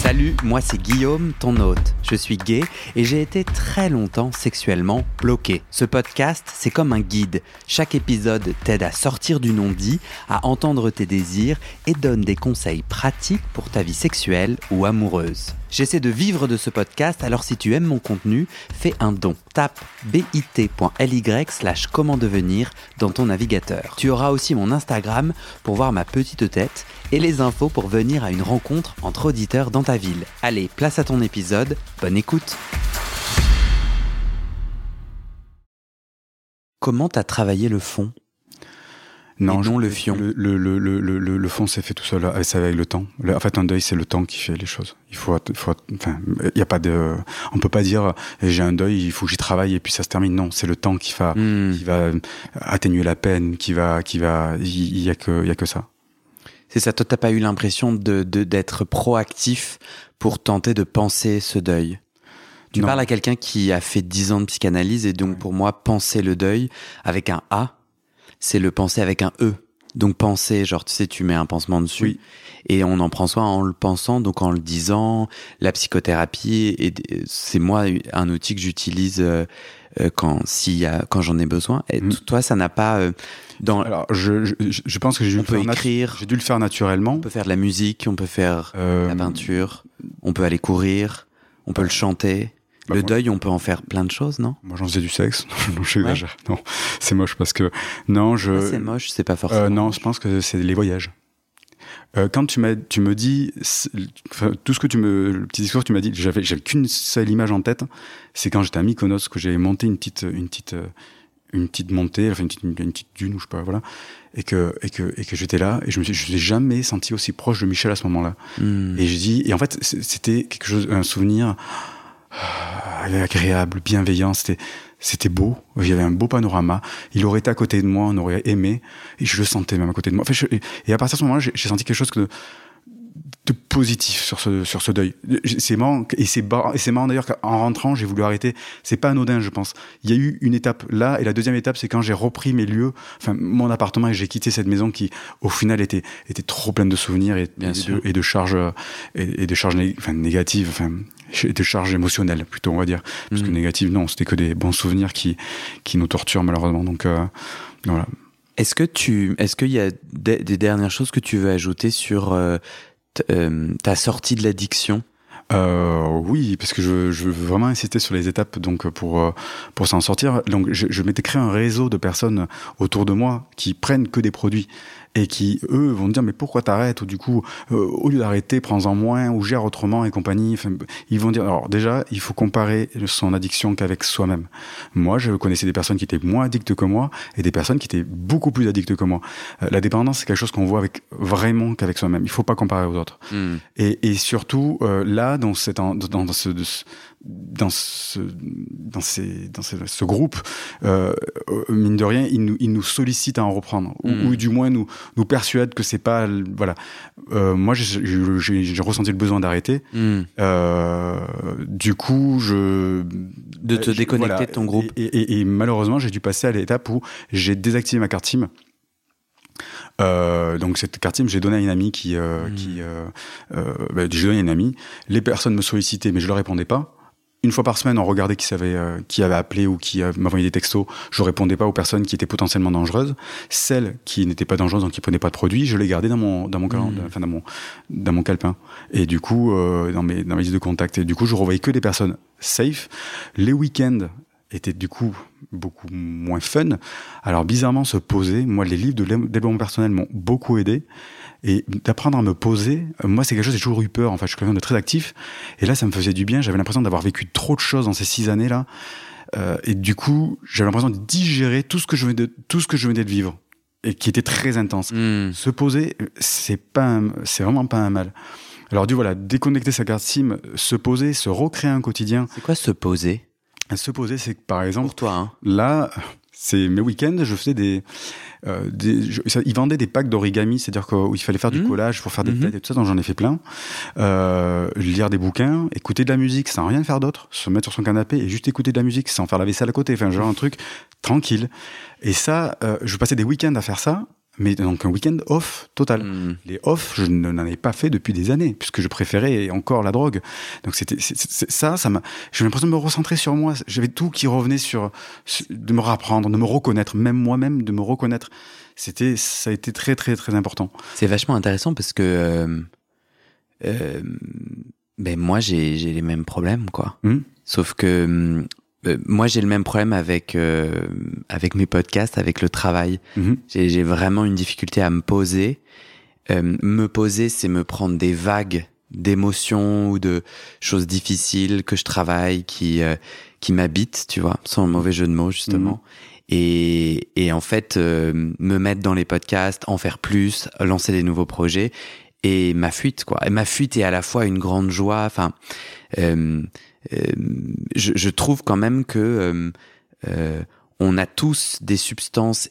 Salut, moi c'est Guillaume, ton hôte. Je suis gay et j'ai été très longtemps sexuellement bloqué. Ce podcast, c'est comme un guide. Chaque épisode t'aide à sortir du non-dit, à entendre tes désirs et donne des conseils pratiques pour ta vie sexuelle ou amoureuse. J'essaie de vivre de ce podcast, alors si tu aimes mon contenu, fais un don. Tape bit.ly/comment devenir dans ton navigateur. Tu auras aussi mon Instagram pour voir ma petite tête et les infos pour venir à une rencontre entre auditeurs dans ta ville. Allez, place à ton épisode, bonne écoute. Comment t'as travaillé le fond ? Non, le fion. Le fond s'est fait tout seul, c'est avec le temps. En fait, un deuil, c'est le temps qui fait les choses. Il y a pas de, on peut pas dire j'ai un deuil, il faut que j'y travaille et puis ça se termine. Non, c'est le temps qui va atténuer la peine, il y a que ça. C'est ça. Toi, t'as pas eu l'impression d'être proactif pour tenter de penser ce deuil. Tu parles à quelqu'un qui a fait 10 ans de psychanalyse et donc pour moi, penser le deuil avec un A, c'est le penser avec un E. Donc penser, genre tu sais, tu mets un pansement dessus, oui. Et on en prend soin en le pensant, donc en le disant. La psychothérapie, et c'est moi un outil que j'utilise quand j'en ai besoin. Et toi, ça n'a pas Alors je pense que j'ai dû le faire naturellement. On peut faire de la musique, on peut faire la peinture, on peut aller courir, on peut le chanter. Le deuil, on peut en faire plein de choses, non ? Moi, j'en faisais du sexe. Non, j'exagère. Ouais. Non, c'est moche parce que... Non, c'est moche, c'est pas forcément non, moche. Je pense que c'est les voyages. Quand tu me dis... tout ce que le petit discours que tu m'as dit, j'avais qu'une seule image en tête. C'est quand j'étais à Mykonos, que j'ai monté une petite montée, enfin une petite dune, ou je sais pas, voilà. Et que j'étais là, et je l'ai jamais senti aussi proche de Michel à ce moment-là. Et en fait, c'était quelque chose, un souvenir... agréable, bienveillant, c'était beau, il y avait un beau panorama, il aurait été à côté de moi, on aurait aimé, et je le sentais même à côté de moi. Enfin, et à partir de ce moment-là, j'ai senti quelque chose de positif sur ce deuil. C'est marrant, et c'est marrant d'ailleurs qu'en rentrant, j'ai voulu arrêter. C'est pas anodin, je pense. Il y a eu une étape là, et la deuxième étape, c'est quand j'ai repris mes lieux, enfin mon appartement, et j'ai quitté cette maison qui, au final, était trop pleine de souvenirs et de charges négatives, et de charges émotionnelles plutôt, on va dire. Parce que négatives, non, c'était que des bons souvenirs qui nous torturent malheureusement. Donc voilà. Est-ce qu'il y a des dernières choses que tu veux ajouter sur ta sortie de l'addiction ? Oui, parce que je veux vraiment insister sur les étapes donc pour s'en sortir. Donc je m'étais créé un réseau de personnes autour de moi qui prennent que des produits et qui eux vont me dire mais pourquoi t'arrêtes, ou du coup au lieu d'arrêter prends-en moins ou gère autrement et compagnie. Enfin, ils vont dire, alors déjà il faut comparer son addiction qu'avec soi-même. Moi je connaissais des personnes qui étaient moins addictes que moi et des personnes qui étaient beaucoup plus addictes que moi. La dépendance c'est quelque chose qu'on voit vraiment qu'avec soi-même. Il faut pas comparer aux autres. Et surtout là dans ce groupe, mine de rien, il nous sollicite à en reprendre, ou du moins nous persuade que c'est pas, voilà. Moi, j'ai ressenti le besoin d'arrêter. Du coup, de te déconnecter de ton groupe. Et malheureusement, j'ai dû passer à l'étape où j'ai désactivé ma carte SIM. Donc cette carte SIM, j'ai donné à une amie j'ai donné à une amie. Les personnes me sollicitaient, mais je leur répondais pas. Une fois par semaine, on regardait qui avait appelé ou qui m'envoyait des textos. Je répondais pas aux personnes qui étaient potentiellement dangereuses. Celles qui n'étaient pas dangereuses, donc qui prenaient pas de produits, je les gardais dans mon calendrier, enfin dans mon calepin. Et du coup, dans mes listes de contacts. Et du coup, je revoyais que des personnes safe. Les week-ends étaient du coup beaucoup moins fun. Alors bizarrement, se poser, moi les livres de développement personnel m'ont beaucoup aidé. Et d'apprendre à me poser, moi c'est quelque chose, j'ai toujours eu peur, en fait je suis quelqu'un de très actif, et là ça me faisait du bien, j'avais l'impression d'avoir vécu trop de choses dans ces 6 années là, et du coup j'avais l'impression de digérer tout ce que je venais de vivre, et qui était très intense. Se poser, c'est vraiment pas un mal. Alors voilà, déconnecter sa carte SIM, se poser, se recréer un quotidien. C'est quoi se poser ? Se poser, c'est que par exemple, pour toi, hein. Là, c'est mes week-ends, je faisais ils vendaient des packs d'origami, c'est-à-dire où il fallait faire du collage pour faire des têtes et tout ça, donc j'en ai fait plein. Lire des bouquins, écouter de la musique sans rien faire d'autre, se mettre sur son canapé et juste écouter de la musique sans faire la vaisselle à côté, enfin genre un truc tranquille. Et ça, je passais des week-ends à faire ça, mais donc un week-end off total. Les off, je n'en ai pas fait depuis des années, puisque je préférais encore la drogue. Donc ça m'a. J'ai l'impression de me recentrer sur moi. J'avais tout qui revenait de me rapprendre, de me reconnaître, même moi-même, de me reconnaître. Ça a été très très très important. C'est vachement intéressant parce que moi j'ai les mêmes problèmes, quoi. Sauf que moi j'ai le même problème avec mes podcasts, avec le travail. J'ai vraiment une difficulté à me poser. Me poser, c'est me prendre des vagues d'émotions ou de choses difficiles que je travaille, qui m'habitent, tu vois, sans le mauvais jeu de mots, justement. Et en fait, me mettre dans les podcasts, en faire plus, lancer des nouveaux projets, et ma fuite, quoi. Et ma fuite est à la fois une grande joie. Enfin, je trouve quand même que on a tous des substances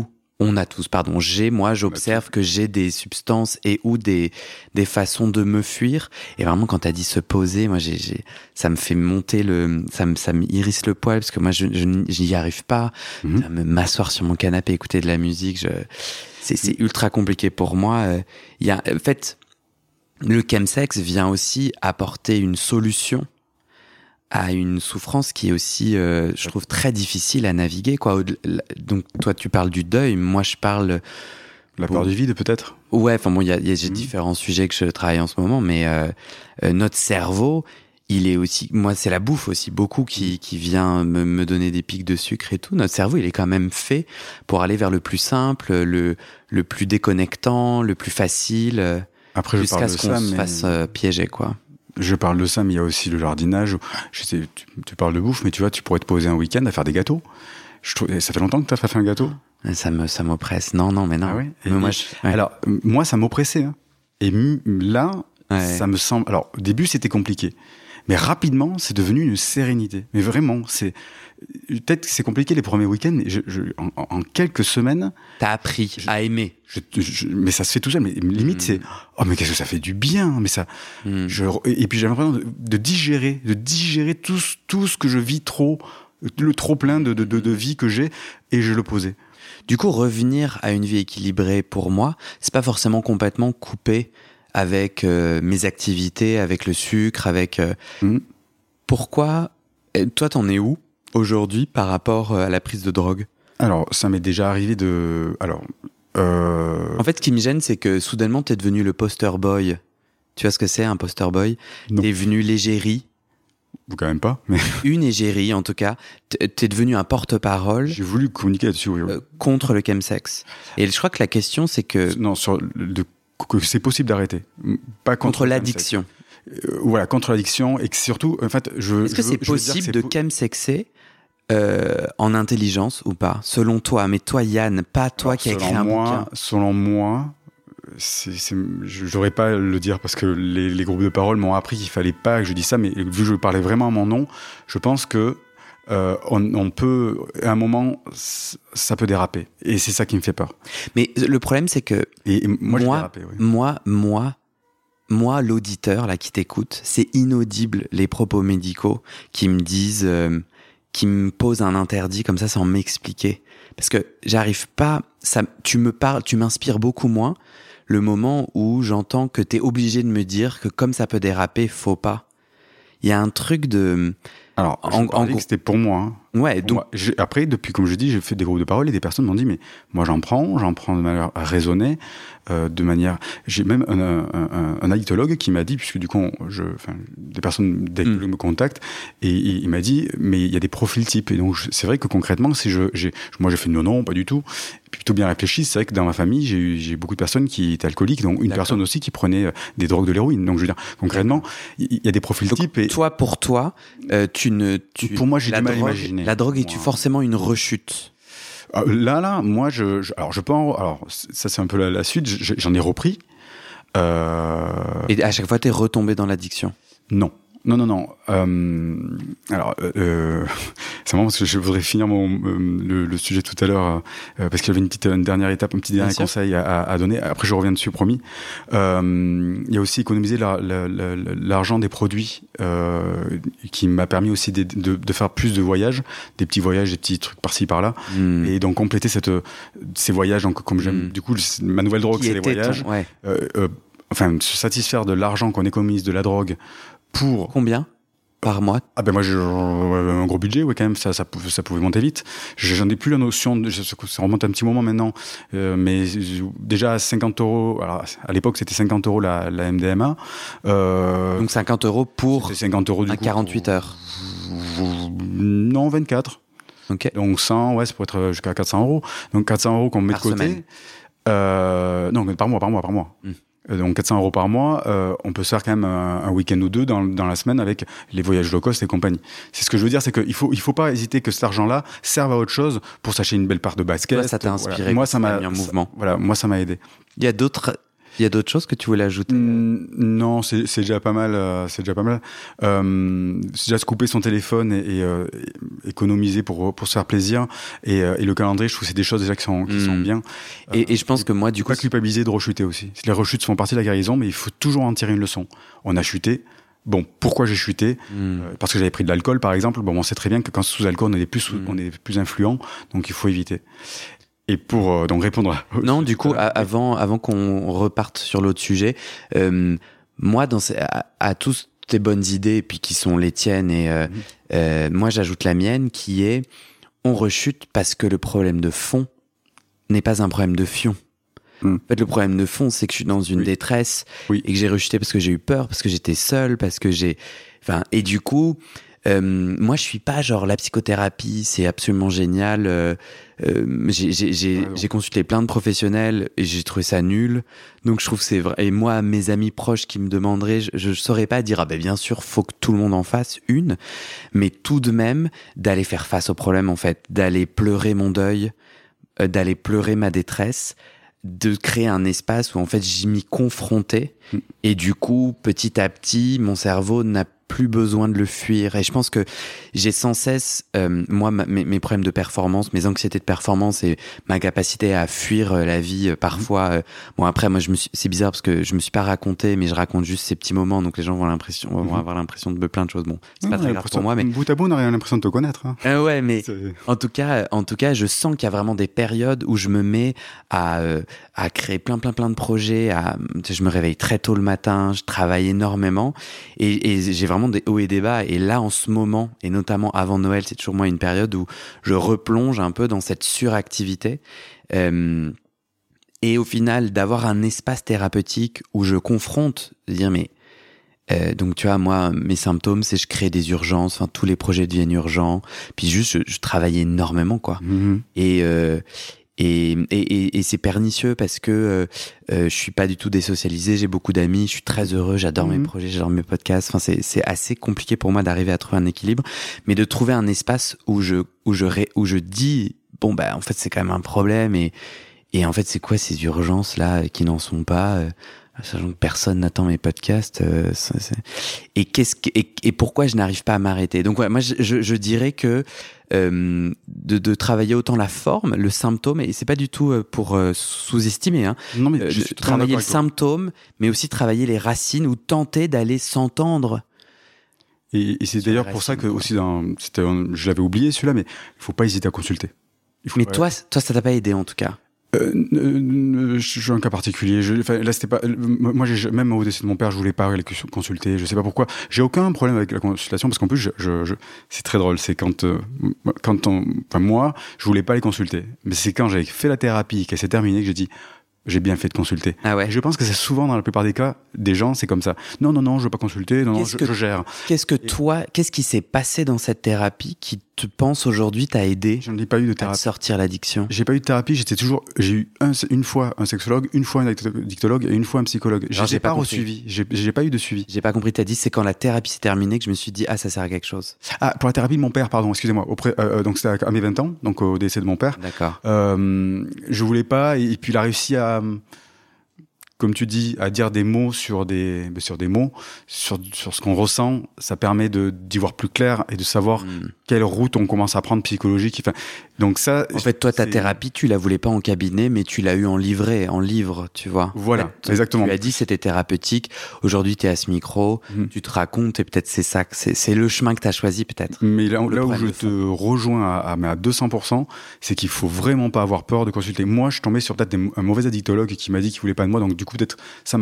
j'observe que j'ai des substances et ou des façons de me fuir. Et vraiment, quand t'as dit se poser, moi, ça me fait monter ça me hérisse le poil parce que moi, je n'y arrive pas. M'asseoir sur mon canapé, écouter de la musique, c'est ultra compliqué pour moi. En fait, le chemsex vient aussi apporter une solution à une souffrance qui est aussi, je trouve, très difficile à naviguer, quoi. Donc, toi, tu parles du deuil, moi, je parle... La peur du vide, peut-être. Ouais, enfin bon, j'ai différents sujets que je travaille en ce moment, mais notre cerveau, il est aussi... Moi, c'est la bouffe aussi, beaucoup qui vient me donner des pics de sucre et tout. Notre cerveau, il est quand même fait pour aller vers le plus simple, le plus déconnectant, le plus facile, après, jusqu'à ce qu'on se fasse piéger, quoi. Je parle de ça, mais il y a aussi le jardinage. Je sais, tu parles de bouffe, mais tu vois, tu pourrais te poser un week-end à faire des gâteaux. Ça fait longtemps que tu n'as pas fait un gâteau. Ça m'oppresse. Non, mais non. Ah ouais. Ouais. Alors, moi, ça m'oppressait. Hein. Et là, ça me semble... Alors, au début, c'était compliqué. Mais rapidement, c'est devenu une sérénité. Mais vraiment, peut-être que c'est compliqué les premiers week-ends, mais en quelques semaines... T'as appris à aimer. Mais ça se fait tout seul. Mais limite, c'est... Oh, mais qu'est-ce que ça fait du bien. Mais ça... Et puis, j'ai l'impression de digérer tout ce que je vis le trop plein de vie que j'ai, et je le posais. Du coup, revenir à une vie équilibrée, pour moi, c'est pas forcément complètement coupé avec mes activités, avec le sucre, avec... Pourquoi... Toi, t'en es où aujourd'hui par rapport à la prise de drogue ? Alors, ça m'est déjà arrivé de... En fait, ce qui me gêne, c'est que soudainement, t'es devenu le poster boy. Tu vois ce que c'est, un poster boy ? T'es venu l'égérie. Ou quand même pas, mais... Une égérie, en tout cas. T'es devenu un porte-parole. J'ai voulu communiquer là-dessus, oui. Contre le chemsex. Et je crois que la question, c'est que... Non, que c'est possible d'arrêter. Pas contre l'addiction. Voilà, contre l'addiction, et que surtout, en fait, Est-ce que c'est possible de chemsexer en intelligence ou pas, selon toi? Mais toi, Yann, pas toi qui a écrit un bouquin. Selon moi, je n'aurais pas à le dire parce que les groupes de parole m'ont appris qu'il fallait pas que je dise ça, mais vu que je parlais vraiment à mon nom, je pense que on peut, à un moment, ça peut déraper. Et c'est ça qui me fait peur. Mais le problème, c'est que et moi, j'ai dérapé, oui. Moi, l'auditeur là qui t'écoute, c'est inaudible les propos médicaux qui me disent, qui me posent un interdit comme ça sans m'expliquer. Parce que j'arrive pas, tu m'inspires beaucoup moins le moment où j'entends que t'es obligé de me dire que comme ça peut déraper, faut pas. Il y a un truc de... Alors, en gros, c'était pour moi. Hein. Ouais, donc... Moi, après, depuis, comme je dis, j'ai fait des groupes de parole et des personnes m'ont dit, mais moi, j'en prends de manière raisonnée, de manière... J'ai même un addictologue qui m'a dit, puisque du coup, des personnes d'addictologue me contactent, et il m'a dit, mais il y a des profils types. Et donc, c'est vrai que concrètement, moi, j'ai fait non, pas du tout. Et puis, plutôt bien réfléchi, c'est vrai que dans ma famille, j'ai beaucoup de personnes qui étaient alcooliques, donc une personne aussi qui prenait des drogues de l'héroïne. Donc, je veux dire, concrètement, il y a des profils types. Et... Pour toi, pour moi, j'ai du mal à imaginer. La drogue est forcément une rechute. Là, moi, je peux alors, ça, c'est un peu la suite. J'en ai repris. Et à chaque fois, t'es retombé dans l'addiction? Non. Non. Alors, c'est marrant parce que je voudrais finir le sujet tout à l'heure parce qu'il y avait une dernière étape, un petit dernier conseil à donner. Après, je reviens dessus, promis. Il y a aussi économiser l'argent des produits qui m'a permis aussi de faire plus de voyages, des petits voyages, des petits trucs par-ci par-là, et donc compléter ces voyages. Donc, comme j'aime, du coup, ma nouvelle drogue, c'est les voyages. Enfin, se satisfaire de l'argent qu'on économise de la drogue. Pour combien par mois? Ah ben moi j'ai un gros budget, ouais, quand même, ça pouvait monter vite. J'en ai plus la notion, ça remonte un petit moment maintenant, mais déjà à 50 €, alors à l'époque c'était 50 € la MDMA. Donc 50 € pour 50 € du coup, 48 heures. Non, 24. Ok. Donc 100, ouais, ça pourrait être jusqu'à 400 €. Donc 400 € qu'on met de côté. Non, par mois. Donc 400 € par mois, on peut se faire quand même un week-end ou deux dans la semaine avec les voyages low cost et compagnie. C'est ce que je veux dire, c'est qu'il faut pas hésiter que cet argent-là serve à autre chose pour s'acheter une belle paire de baskets. Toi, ça t'a inspiré. Voilà. Moi, ça m'a mis en mouvement. Moi, ça m'a aidé. Il y a d'autres choses que tu voulais ajouter? Non, c'est déjà pas mal. C'est déjà se couper son téléphone et économiser pour se faire plaisir. Et le calendrier, je trouve que c'est des choses déjà qui sont bien. Et je pense que moi, du coup, pas culpabiliser de rechuter aussi. Les rechutes font partie de la guérison, mais il faut toujours en tirer une leçon. On a chuté. Bon, pourquoi j'ai chuté? Parce que j'avais pris de l'alcool, par exemple. Bon, on sait très bien que quand sous alcool, on est plus influent, donc il faut éviter. Et pour donc répondre non, du coup, avant qu'on reparte sur l'autre sujet, moi, à tous tes bonnes idées, et puis qui sont les tiennes, et moi, j'ajoute la mienne, qui est on rechute parce que le problème de fond n'est pas un problème de fion. En fait, le problème de fond, c'est que je suis dans une détresse et que j'ai rechuté parce que j'ai eu peur, parce que j'étais seul, et du coup, moi, je suis pas genre la psychothérapie, c'est absolument génial. J'ai consulté plein de professionnels et j'ai trouvé ça nul. Donc je trouve que c'est vrai. Et moi, mes amis proches qui me demanderaient, je saurais pas dire bien sûr, faut que tout le monde en fasse une, mais tout de même d'aller faire face au problème en fait, d'aller pleurer mon deuil, d'aller pleurer ma détresse, de créer un espace où en fait j'y m'y confrontais et du coup petit à petit mon cerveau n'a plus besoin de le fuir. Et je pense que j'ai sans cesse, moi, mes problèmes de performance, mes anxiétés de performance et ma capacité à fuir la vie parfois. Bon, après, moi, c'est bizarre parce que je me suis pas raconté, mais je raconte juste ces petits moments, donc les gens vont avoir l'impression de plein de choses. Bon, c'est pas très grave pour moi, mais bout à bout, on a rien l'impression de te connaître. Hein. Ouais, mais en tout cas, je sens qu'il y a vraiment des périodes où je me mets à créer plein de projets. Je me réveille très tôt le matin, je travaille énormément et j'ai vraiment des hauts et des bas. Et là, en ce moment, et notamment avant Noël, c'est toujours moi une période où je replonge un peu dans cette suractivité. Et au final, d'avoir un espace thérapeutique où je confronte, de dire mais donc tu vois, moi mes symptômes c'est je crée des urgences, enfin tous les projets deviennent urgents, puis juste je travaille énormément quoi. Et c'est pernicieux parce que je suis pas du tout désocialisé, j'ai beaucoup d'amis, je suis très heureux, j'adore mes projets, j'adore mes podcasts. Enfin c'est assez compliqué pour moi d'arriver à trouver un équilibre, mais de trouver un espace où je dis bon bah en fait c'est quand même un problème et en fait c'est quoi ces urgences là qui n'en sont pas, sachant que personne n'attend mes podcasts, et pourquoi je n'arrive pas à m'arrêter. Donc ouais, moi je dirais que de travailler autant la forme, le symptôme, et c'est pas du tout pour sous-estimer, hein. Non, mais travailler le symptôme, mais aussi travailler les racines ou tenter d'aller s'entendre. Et c'est d'ailleurs pour ça que aussi je l'avais oublié celui-là, mais il faut pas hésiter à consulter. Mais toi, ça t'a pas aidé en tout cas. Je suis un cas particulier. Là, c'était pas. Moi, même au décès de mon père, je voulais pas aller consulter. Je sais pas pourquoi. J'ai aucun problème avec la consultation parce qu'en plus, c'est très drôle. C'est moi, je voulais pas les consulter. Mais c'est quand j'avais fait la thérapie, qu'elle s'est terminée, que j'ai dit. J'ai bien fait de consulter. Ah ouais. Et je pense que c'est souvent, dans la plupart des cas, des gens, c'est comme ça. Non, je veux pas consulter. Non, je gère. Qu'est-ce qui s'est passé dans cette thérapie qui te pense aujourd'hui t'a aidé? J'en ai pas eu de thérapie. À sortir l'addiction. J'ai pas eu de thérapie. J'ai eu une fois un sexologue, une fois un addictologue et une fois un psychologue. J'ai pas suivi. J'ai pas eu de suivi. J'ai pas compris. T'as dit c'est quand la thérapie s'est terminée que je me suis dit ça sert à quelque chose. Ah, pour la thérapie de mon père, pardon, excusez-moi. Donc c'était à mes 20 ans, donc au décès de mon père. D'accord. Je voulais pas et puis il a réussi à comme tu dis, à dire des mots sur des mots, sur ce qu'on ressent, ça permet d'y voir plus clair et de savoir quelle route on commence à prendre psychologique. Enfin, donc ça. En fait, toi, ta thérapie, tu la voulais pas en cabinet, mais tu l'as eu en livre, tu vois. Voilà, en fait, exactement. Tu as dit c'était thérapeutique. Aujourd'hui, tu es à ce micro, tu te racontes et peut-être c'est ça, c'est le chemin que tu as choisi peut-être. Mais là où je te rejoins à 200%, c'est qu'il faut vraiment pas avoir peur de consulter. Moi, je suis tombé sur peut-être un mauvais addictologue qui m'a dit qu'il voulait pas de moi, donc du coup peut-être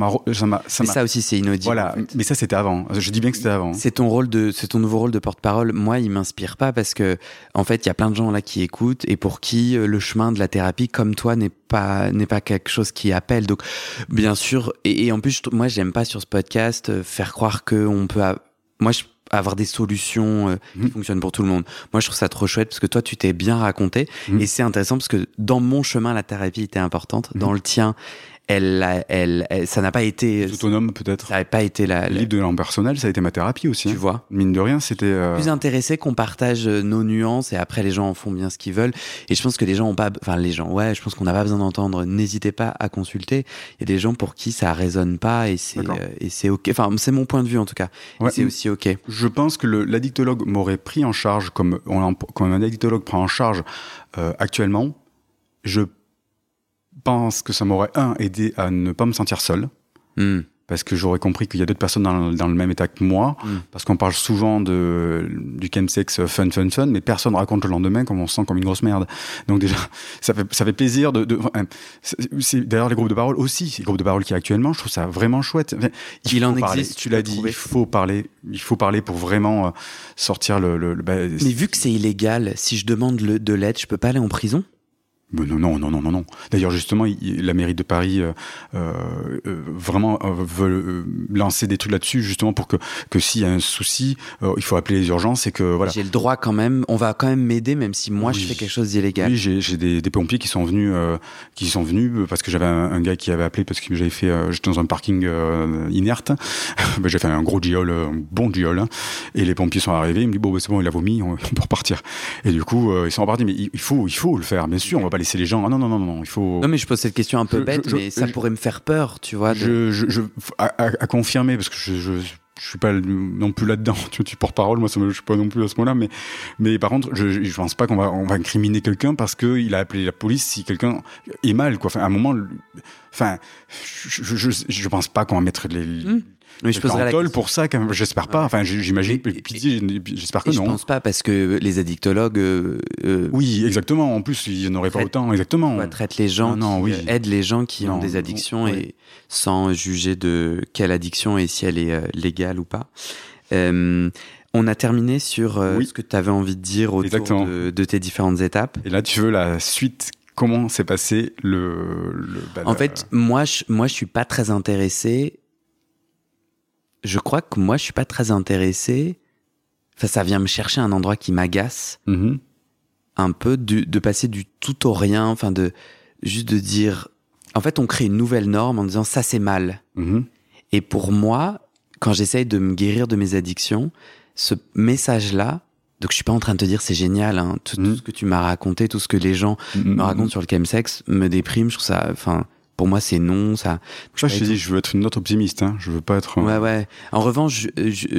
ça aussi c'est inaudible. Voilà, en fait. mais ça c'était avant. Je dis bien que c'était avant. C'est ton nouveau rôle de porte-parole. Moi, il m'inspire pas parce que en fait, il y a plein de gens là qui écoutent et pour qui le chemin de la thérapie, comme toi, n'est pas quelque chose qui appelle. Donc, bien sûr, et en plus, moi, j'aime pas sur ce podcast faire croire que on peut. Avoir des solutions qui fonctionnent pour tout le monde. Moi, je trouve ça trop chouette parce que toi, tu t'es bien raconté et c'est intéressant parce que dans mon chemin, la thérapie était importante. Dans le tien, ça n'a pas été autonome peut-être. Ça n'a pas été le livre de l'homme personnel, ça a été ma thérapie aussi. Tu vois. Mine de rien, c'était plus intéressé qu'on partage nos nuances et après les gens en font bien ce qu'ils veulent. Et je pense que les gens ont pas, je pense qu'on n'a pas besoin d'entendre. N'hésitez pas à consulter. Il y a des gens pour qui ça résonne pas et c'est ok. Enfin, c'est mon point de vue en tout cas. Ouais, et c'est aussi ok. Je pense que l'addictologue m'aurait pris en charge comme un addictologue prend en charge actuellement. Je pense que ça m'aurait aidé à ne pas me sentir seul parce que j'aurais compris qu'il y a d'autres personnes dans le même état que moi parce qu'on parle souvent du chemsex fun mais personne raconte le lendemain comme on se sent comme une grosse merde. Donc déjà ça fait plaisir c'est d'ailleurs les groupes de parole aussi, les groupes de parole qui actuellement, je trouve ça vraiment chouette. Enfin, il en existe, tu l'as dit, il faut parler pour vraiment sortir mais vu que c'est illégal, si je demande de l'aide, je peux pas aller en prison? Mais non. D'ailleurs, justement, la mairie de Paris vraiment veut lancer des trucs là-dessus, justement pour que s'il y a un souci, il faut appeler les urgences et que voilà. J'ai le droit quand même. On va quand même m'aider, même si moi je fais quelque chose d'illégal. Oui, j'ai des pompiers qui sont venus parce que j'avais un gars qui avait appelé parce que j'étais dans un parking inerte. J'ai fait un gros un bon giol, et les pompiers sont arrivés. Ils me disent bon, c'est bon, il a vomi, on peut repartir. Et du coup, ils sont repartis. Mais il faut le faire, bien sûr. On va pas laisser les gens. Non, il faut. Non, mais je pose cette question un peu bête, mais ça pourrait me faire peur, tu vois. À confirmer, parce que je suis pas non plus là-dedans. Tu porte-parole, moi, je suis pas non plus à ce moment-là, mais par contre, je pense pas qu'on va incriminer quelqu'un parce que il a appelé la police si quelqu'un est mal, quoi. Enfin, à un moment, je pense pas qu'on va mettre mais je poserais la question pour ça, quand même. J'espère pas. Enfin, j'imagine. J'espère que non. Je pense pas parce que les addictologues. Oui, exactement. En plus, il n'y en aurait pas autant. Exactement. Traitent les gens, aident les gens qui ont des addictions et sans juger de quelle addiction et si elle est légale ou pas. On a terminé sur ce que tu avais envie de dire autour de tes différentes étapes. Et là, tu veux la suite. Comment s'est passé En fait, moi, je suis pas très intéressé. Je crois que moi, je suis pas très intéressé. Enfin, ça vient me chercher un endroit qui m'agace. Un peu de passer du tout au rien. Enfin, juste de dire. En fait, on crée une nouvelle norme en disant ça, c'est mal. Et pour moi, quand j'essaye de me guérir de mes addictions, ce message-là. Donc, je suis pas en train de te dire c'est génial, hein, tout ce que tu m'as raconté, tout ce que les gens me racontent sur le chemsex me déprime. Je trouve ça. Enfin. Pour moi, c'est non, ça. Je t'ai dit, je veux être une note optimiste, hein. Je veux pas être. Ouais. En revanche,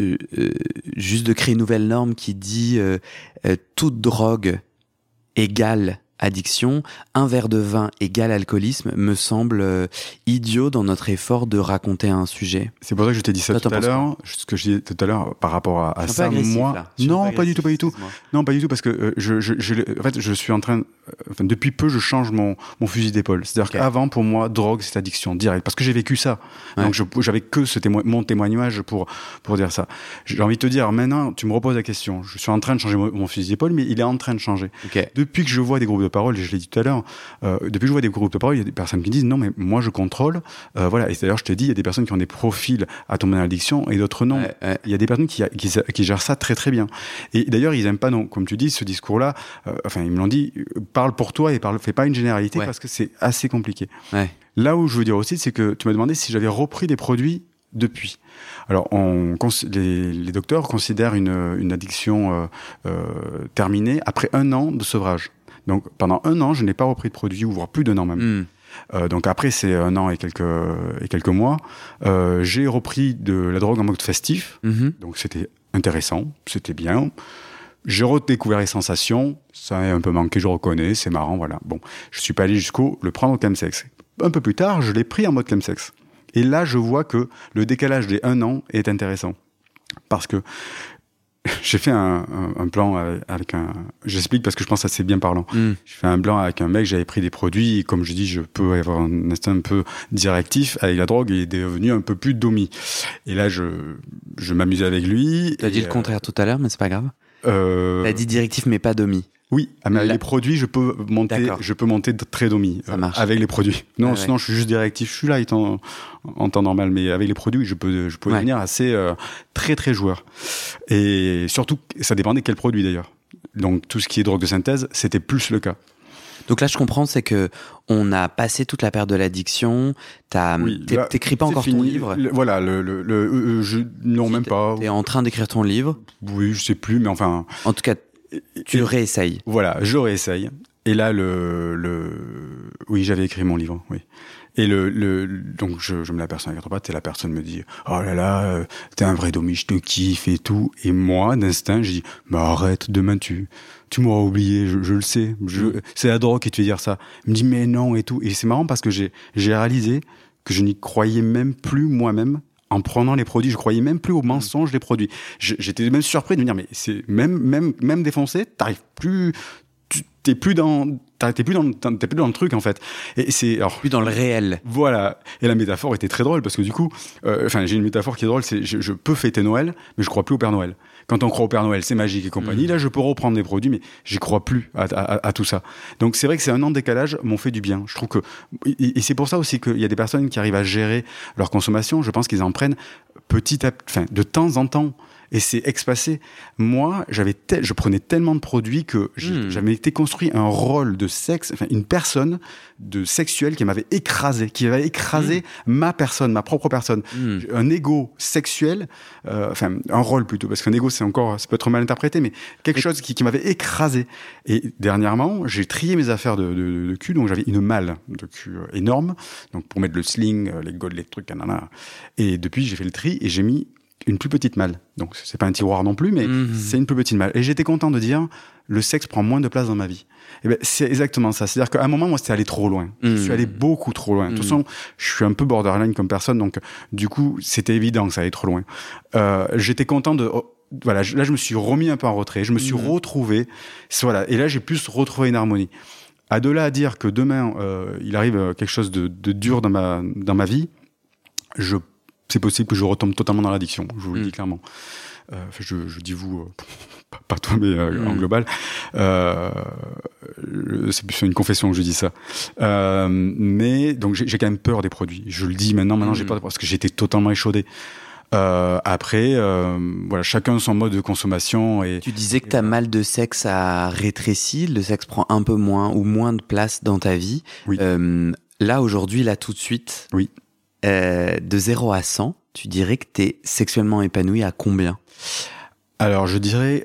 juste de créer une nouvelle norme qui dit toute drogue égale addiction, un verre de vin égale alcoolisme, me semble idiot dans notre effort de raconter un sujet. C'est pour ça que je t'ai dit ça tout à l'heure. Ce que je disais tout à l'heure par rapport à ça, moi, non, pas du tout. Non, pas du tout, parce que en fait, je suis en train. Enfin, depuis peu, je change mon fusil d'épaule. C'est-à-dire qu'avant, pour moi, drogue, c'est addiction directe, parce que j'ai vécu ça. Donc, j'avais que mon témoignage pour dire ça. J'ai envie de te dire, maintenant, tu me reposes la question. Je suis en train de changer mon fusil d'épaule, mais il est en train de changer. Depuis que je vois des groupes de parole, et je l'ai dit tout à l'heure, depuis que je vois des groupes de parole, il y a des personnes qui disent non, mais moi je contrôle, voilà. Et d'ailleurs, je te dis, il y a des personnes qui ont des profils à tomber dans l'addiction et d'autres non. Il y a des personnes qui gèrent ça très très bien. Et d'ailleurs, ils aiment pas, non, comme tu dis, ce discours-là. Enfin, ils me l'ont dit, parle pour toi et fais pas une généralité parce que c'est assez compliqué. Là où je veux dire aussi, c'est que tu m'as demandé si j'avais repris des produits depuis. Alors, les docteurs considèrent une addiction terminée après 1 an de sevrage. Donc, pendant 1 an, je n'ai pas repris de produit, ou voire plus d'1 an même. Donc après, c'est 1 an et quelques mois. J'ai repris de la drogue en mode festif. Donc c'était intéressant, c'était bien. J'ai redécouvert les sensations, ça a un peu manqué, je reconnais, c'est marrant, voilà. Bon, je suis pas allé jusqu'au le prendre au chemsex. Un peu plus tard, je l'ai pris en mode chemsex. Et là, je vois que le décalage des 1 an est intéressant. Parce que j'ai fait un plan avec un... J'explique parce que je pense que c'est bien parlant. J'ai fait un plan avec un mec, j'avais pris des produits, et comme je dis, je peux avoir un instinct un peu directif. Avec la drogue, il est devenu un peu plus domi. Et là, je m'amusais avec lui. T'as dit le contraire tout à l'heure, mais c'est pas grave. T'as dit directif, mais pas domi. Oui, mais avec les produits, je peux monter très domi. Ça marche. Avec les produits. Non, sinon je suis juste directif. Je suis là en temps normal, mais avec les produits, je peux devenir assez très très joueur. Et surtout, ça dépendait quel produit d'ailleurs. Donc tout ce qui est drogue de synthèse, c'était plus le cas. Donc là, je comprends, c'est que on a passé toute la période de l'addiction. T'écris pas encore ton livre. Voilà, non, même pas. T'es en train d'écrire ton livre. Oui, je sais plus, mais enfin. En tout cas, tu réessayes. Voilà, je réessaye. Et là, oui, j'avais écrit mon livre, oui. Et donc je me l'aperçois à 4 pattes et la personne me dit oh là là, t'es un vrai domi, je te kiffe et tout. Et moi, d'instinct, j'ai dit bah arrête, demain tu m'auras oublié, je le sais. C'est la drogue qui te fait dire ça. Il me dit mais non et tout. Et c'est marrant parce que j'ai réalisé que je n'y croyais même plus moi-même. En prenant les produits, je croyais même plus aux mensonges des produits. J'étais même surpris de me dire mais c'est même défoncé, t'arrives plus. T'es plus dans le truc en fait. Et c'est alors plus dans le réel. Voilà. Et la métaphore était très drôle parce que du coup, j'ai une métaphore qui est drôle. C'est je peux fêter Noël, mais je crois plus au Père Noël. Quand on croit au Père Noël, c'est magique et compagnie. Là, je peux reprendre des produits, mais j'y crois plus à tout ça. Donc c'est vrai que c'est 1 an de décalage m'ont fait du bien. Je trouve que et c'est pour ça aussi qu'il y a des personnes qui arrivent à gérer leur consommation. Je pense qu'ils en prennent de temps en temps. Et c'est espacé. Moi, je prenais tellement de produits que j'avais été construit un rôle de sexe, une personne de sexuelle qui m'avait écrasé, ma personne, ma propre personne. Un ego sexuel, un rôle plutôt, parce qu'un ego, ça peut être mal interprété, mais quelque chose qui m'avait écrasé. Et dernièrement, j'ai trié mes affaires de cul, donc j'avais une malle de cul énorme, donc pour mettre le sling, les golds, les trucs, nanana. Et depuis, j'ai fait le tri et j'ai mis une plus petite malle. Donc, c'est pas un tiroir non plus, mais c'est une plus petite malle. Et j'étais content de dire, le sexe prend moins de place dans ma vie. Et ben, c'est exactement ça. C'est-à-dire qu'à un moment, moi, c'était allé trop loin. Je suis allé beaucoup trop loin. De toute façon, je suis un peu borderline comme personne, donc, du coup, c'était évident que ça allait trop loin. J'étais content là, je me suis remis un peu en retrait. Je me suis retrouvé. Voilà. Et là, j'ai plus retrouvé une harmonie. De là à dire que demain, il arrive quelque chose de dur dans ma vie, c'est possible que je retombe totalement dans l'addiction, je vous le dis clairement. Je dis vous, pas toi, mais en global. C'est plus une confession que je dis ça. Mais donc j'ai quand même peur des produits. Je le dis maintenant j'ai peur parce que j'étais totalement échaudé. Après, voilà, chacun son mode de consommation. Et tu disais que ta malle de sexe a rétréci, le sexe prend un peu moins ou moins de place dans ta vie. Oui. Là, aujourd'hui, là, tout de suite. Oui. De 0 à 100, tu dirais que tu es sexuellement épanoui à combien ? Alors, je dirais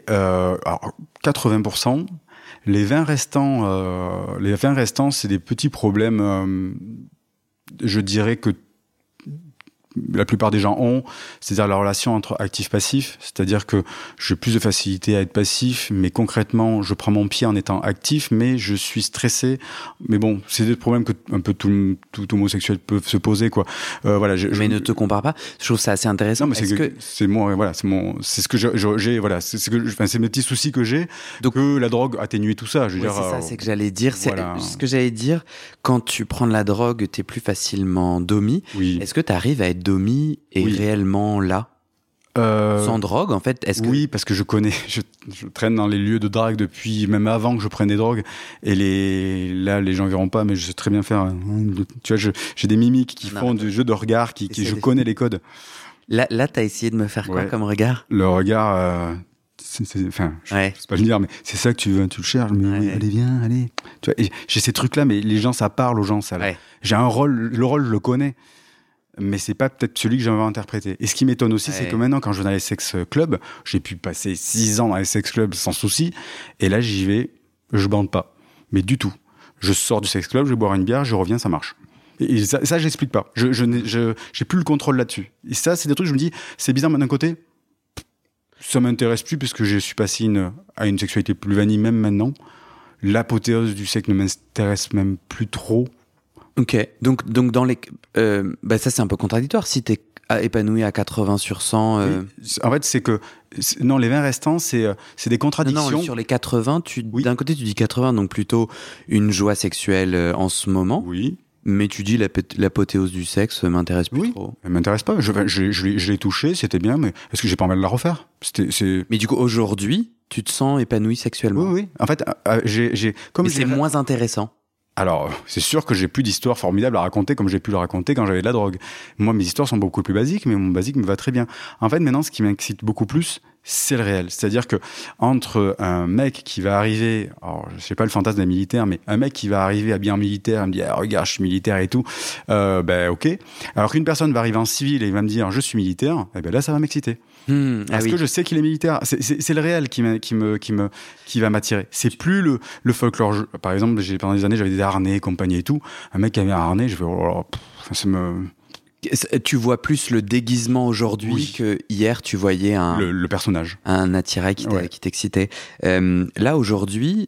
80%. Les 20 restants, c'est des petits problèmes. Je dirais que la plupart des gens ont, c'est-à-dire la relation entre actif-passif, c'est-à-dire que j'ai plus de facilité à être passif, mais concrètement, je prends mon pied en étant actif, mais je suis stressé. Mais bon, c'est des problèmes que un peu tout homosexuel peut se poser, quoi. Voilà. Mais ne te compare pas. Je trouve ça assez intéressant. Non, mais c'est mes petits soucis que j'ai. Donc, que la drogue atténue tout ça. C'est ça, c'est que j'allais dire. Voilà. C'est ce que j'allais dire. Quand tu prends de la drogue, t'es plus facilement domi. Oui. Est-ce que t'arrives à être domi et réellement là sans drogue en fait Oui, parce que je traîne dans les lieux de drague depuis même avant que je prenne des drogues et là les gens verront pas mais je sais très bien faire tu vois j'ai des mimiques qui font du jeu de regard qui je connais les codes. Là t'as essayé de me faire quoi comme regard? Le regard je sais pas le dire mais c'est ça que tu veux, tu le cherches mais allez viens allez tu vois, j'ai ces trucs là mais les gens ça parle aux gens ça là. J'ai un rôle, le rôle je le connais. Mais c'est pas peut-être celui que j'avais interprété. Et ce qui m'étonne aussi, c'est que maintenant, quand je vais dans les sex clubs, j'ai pu passer 6 ans dans les sex clubs sans souci. Et là, j'y vais, je bande pas. Mais du tout. Je sors du sex club, je vais boire une bière, je reviens, ça marche. Et ça j'explique pas. J'ai plus le contrôle là-dessus. Et ça, c'est des trucs, je me dis, c'est bizarre, mais d'un côté, ça m'intéresse plus parce que je suis passé à une sexualité plus vanille, même maintenant. L'apothéose du sexe ne m'intéresse même plus trop. Ok, donc dans les... ça c'est un peu contradictoire, si t'es épanoui à 80 sur 100... Oui. En fait, c'est que... Non, les 20 restants, c'est des contradictions. Non, sur les 80, d'un côté tu dis 80, donc plutôt une joie sexuelle en ce moment. Oui. Mais tu dis l'apothéose du sexe m'intéresse plus trop. Elle m'intéresse pas. Je l'ai touché, c'était bien, mais est-ce que j'ai pas envie de la refaire? Mais du coup, aujourd'hui, tu te sens épanoui sexuellement? Oui. En fait, mais c'est moins intéressant. Alors, c'est sûr que j'ai plus d'histoires formidables à raconter comme j'ai pu le raconter quand j'avais de la drogue. Moi, mes histoires sont beaucoup plus basiques, mais mon basique me va très bien. En fait, maintenant, ce qui m'excite beaucoup plus, c'est le réel. C'est-à-dire que entre un mec qui va arriver, alors je sais pas le fantasme d'un militaire, mais un mec qui va arriver habillé en militaire, et me dire regarde, je suis militaire et tout, ok. Alors qu'une personne va arriver en civil et il va me dire je suis militaire, là ça va m'exciter. Parce que je sais qu'il est militaire. C'est le réel qui va m'attirer. C'est plus le folklore. Par exemple, pendant des années j'avais des harnais, compagnie et tout. Un mec qui avait un harnais, je fais Tu vois plus le déguisement aujourd'hui que hier tu voyais le personnage, un attirail qui t'excitait. Là aujourd'hui,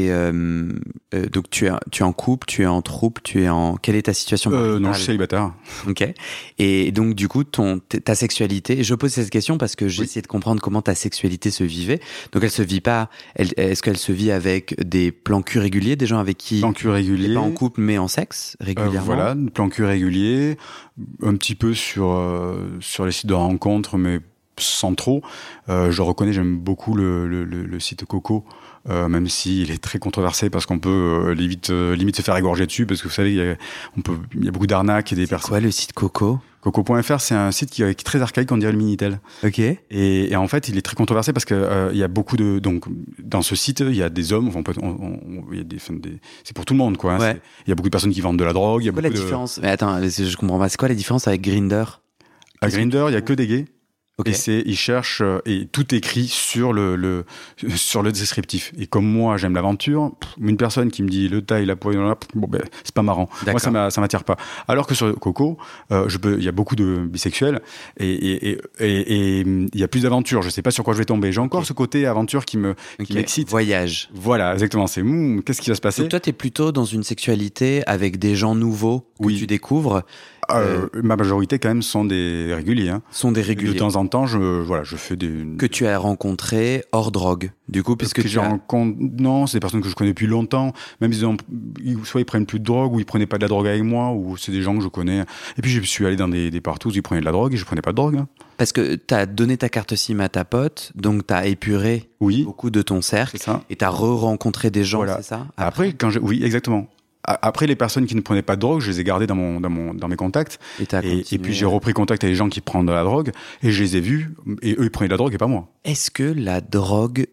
donc tu es en couple, tu es en troupe, quelle est ta situation maritale? Non, je suis célibataire. Ok. Et donc du coup ta sexualité, je pose cette question parce que j'ai essayé de comprendre comment ta sexualité se vivait. Donc elle se vit pas, est-ce qu'elle se vit avec des plans cul réguliers, des gens avec qui plans cul réguliers, pas en couple mais en sexe régulièrement? Voilà, plans cul réguliers, un petit peu sur les sites de rencontres, mais sans trop. Je reconnais, j'aime beaucoup le site Coco. Même s'il est très controversé parce qu'on peut limite se faire égorger dessus parce que vous savez il y a beaucoup d'arnaques et des personnes. C'est quoi le site Coco? Coco.fr, c'est un site qui est très archaïque, on dirait le Minitel. Ok. Et en fait, il est très controversé parce que il y a beaucoup donc dans ce site, il y a des hommes, il y a c'est pour tout le monde quoi. Ouais. Il y a beaucoup de personnes qui vendent de la drogue. Il y a beaucoup la différence? Mais attends, je comprends pas. C'est quoi la différence avec Grindr? À Grindr, il y a que des gays. Okay. Et ils cherchent et tout écrit sur le descriptif. Et comme moi j'aime l'aventure, une personne qui me dit le taille, la poigne, c'est pas marrant. D'accord. Moi ça m'attire pas. Alors que sur Coco, il y a beaucoup de bisexuels et il y a plus d'aventure. Je sais pas sur quoi je vais tomber. J'ai encore ce côté aventure qui m'excite. Voyage. Voilà, exactement. C'est qu'est-ce qui va se passer? Donc toi t'es plutôt dans une sexualité avec des gens nouveaux que tu découvres. Ma majorité quand même sont des réguliers. Sont des réguliers. De temps en temps, je fais des... Que tu as rencontré hors drogue, du coup, puisque Non, c'est des personnes que je connais depuis longtemps. Même soit ils prennent plus de drogue, ou ils prenaient pas de la drogue avec moi, ou c'est des gens que je connais. Et puis je suis allé dans des partout où ils prenaient de la drogue et je prenais pas de drogue. Parce que t'as donné ta carte SIM à ta pote, donc t'as épuré beaucoup de ton cercle, et t'as re-rencontré des gens, c'est ça? Après oui, exactement. Après, les personnes qui ne prenaient pas de drogue, je les ai gardées dans mes contacts. Et puis j'ai repris contact avec les gens qui prennent de la drogue et je les ai vus. Et eux, ils prenaient de la drogue et pas moi. Est-ce que la drogue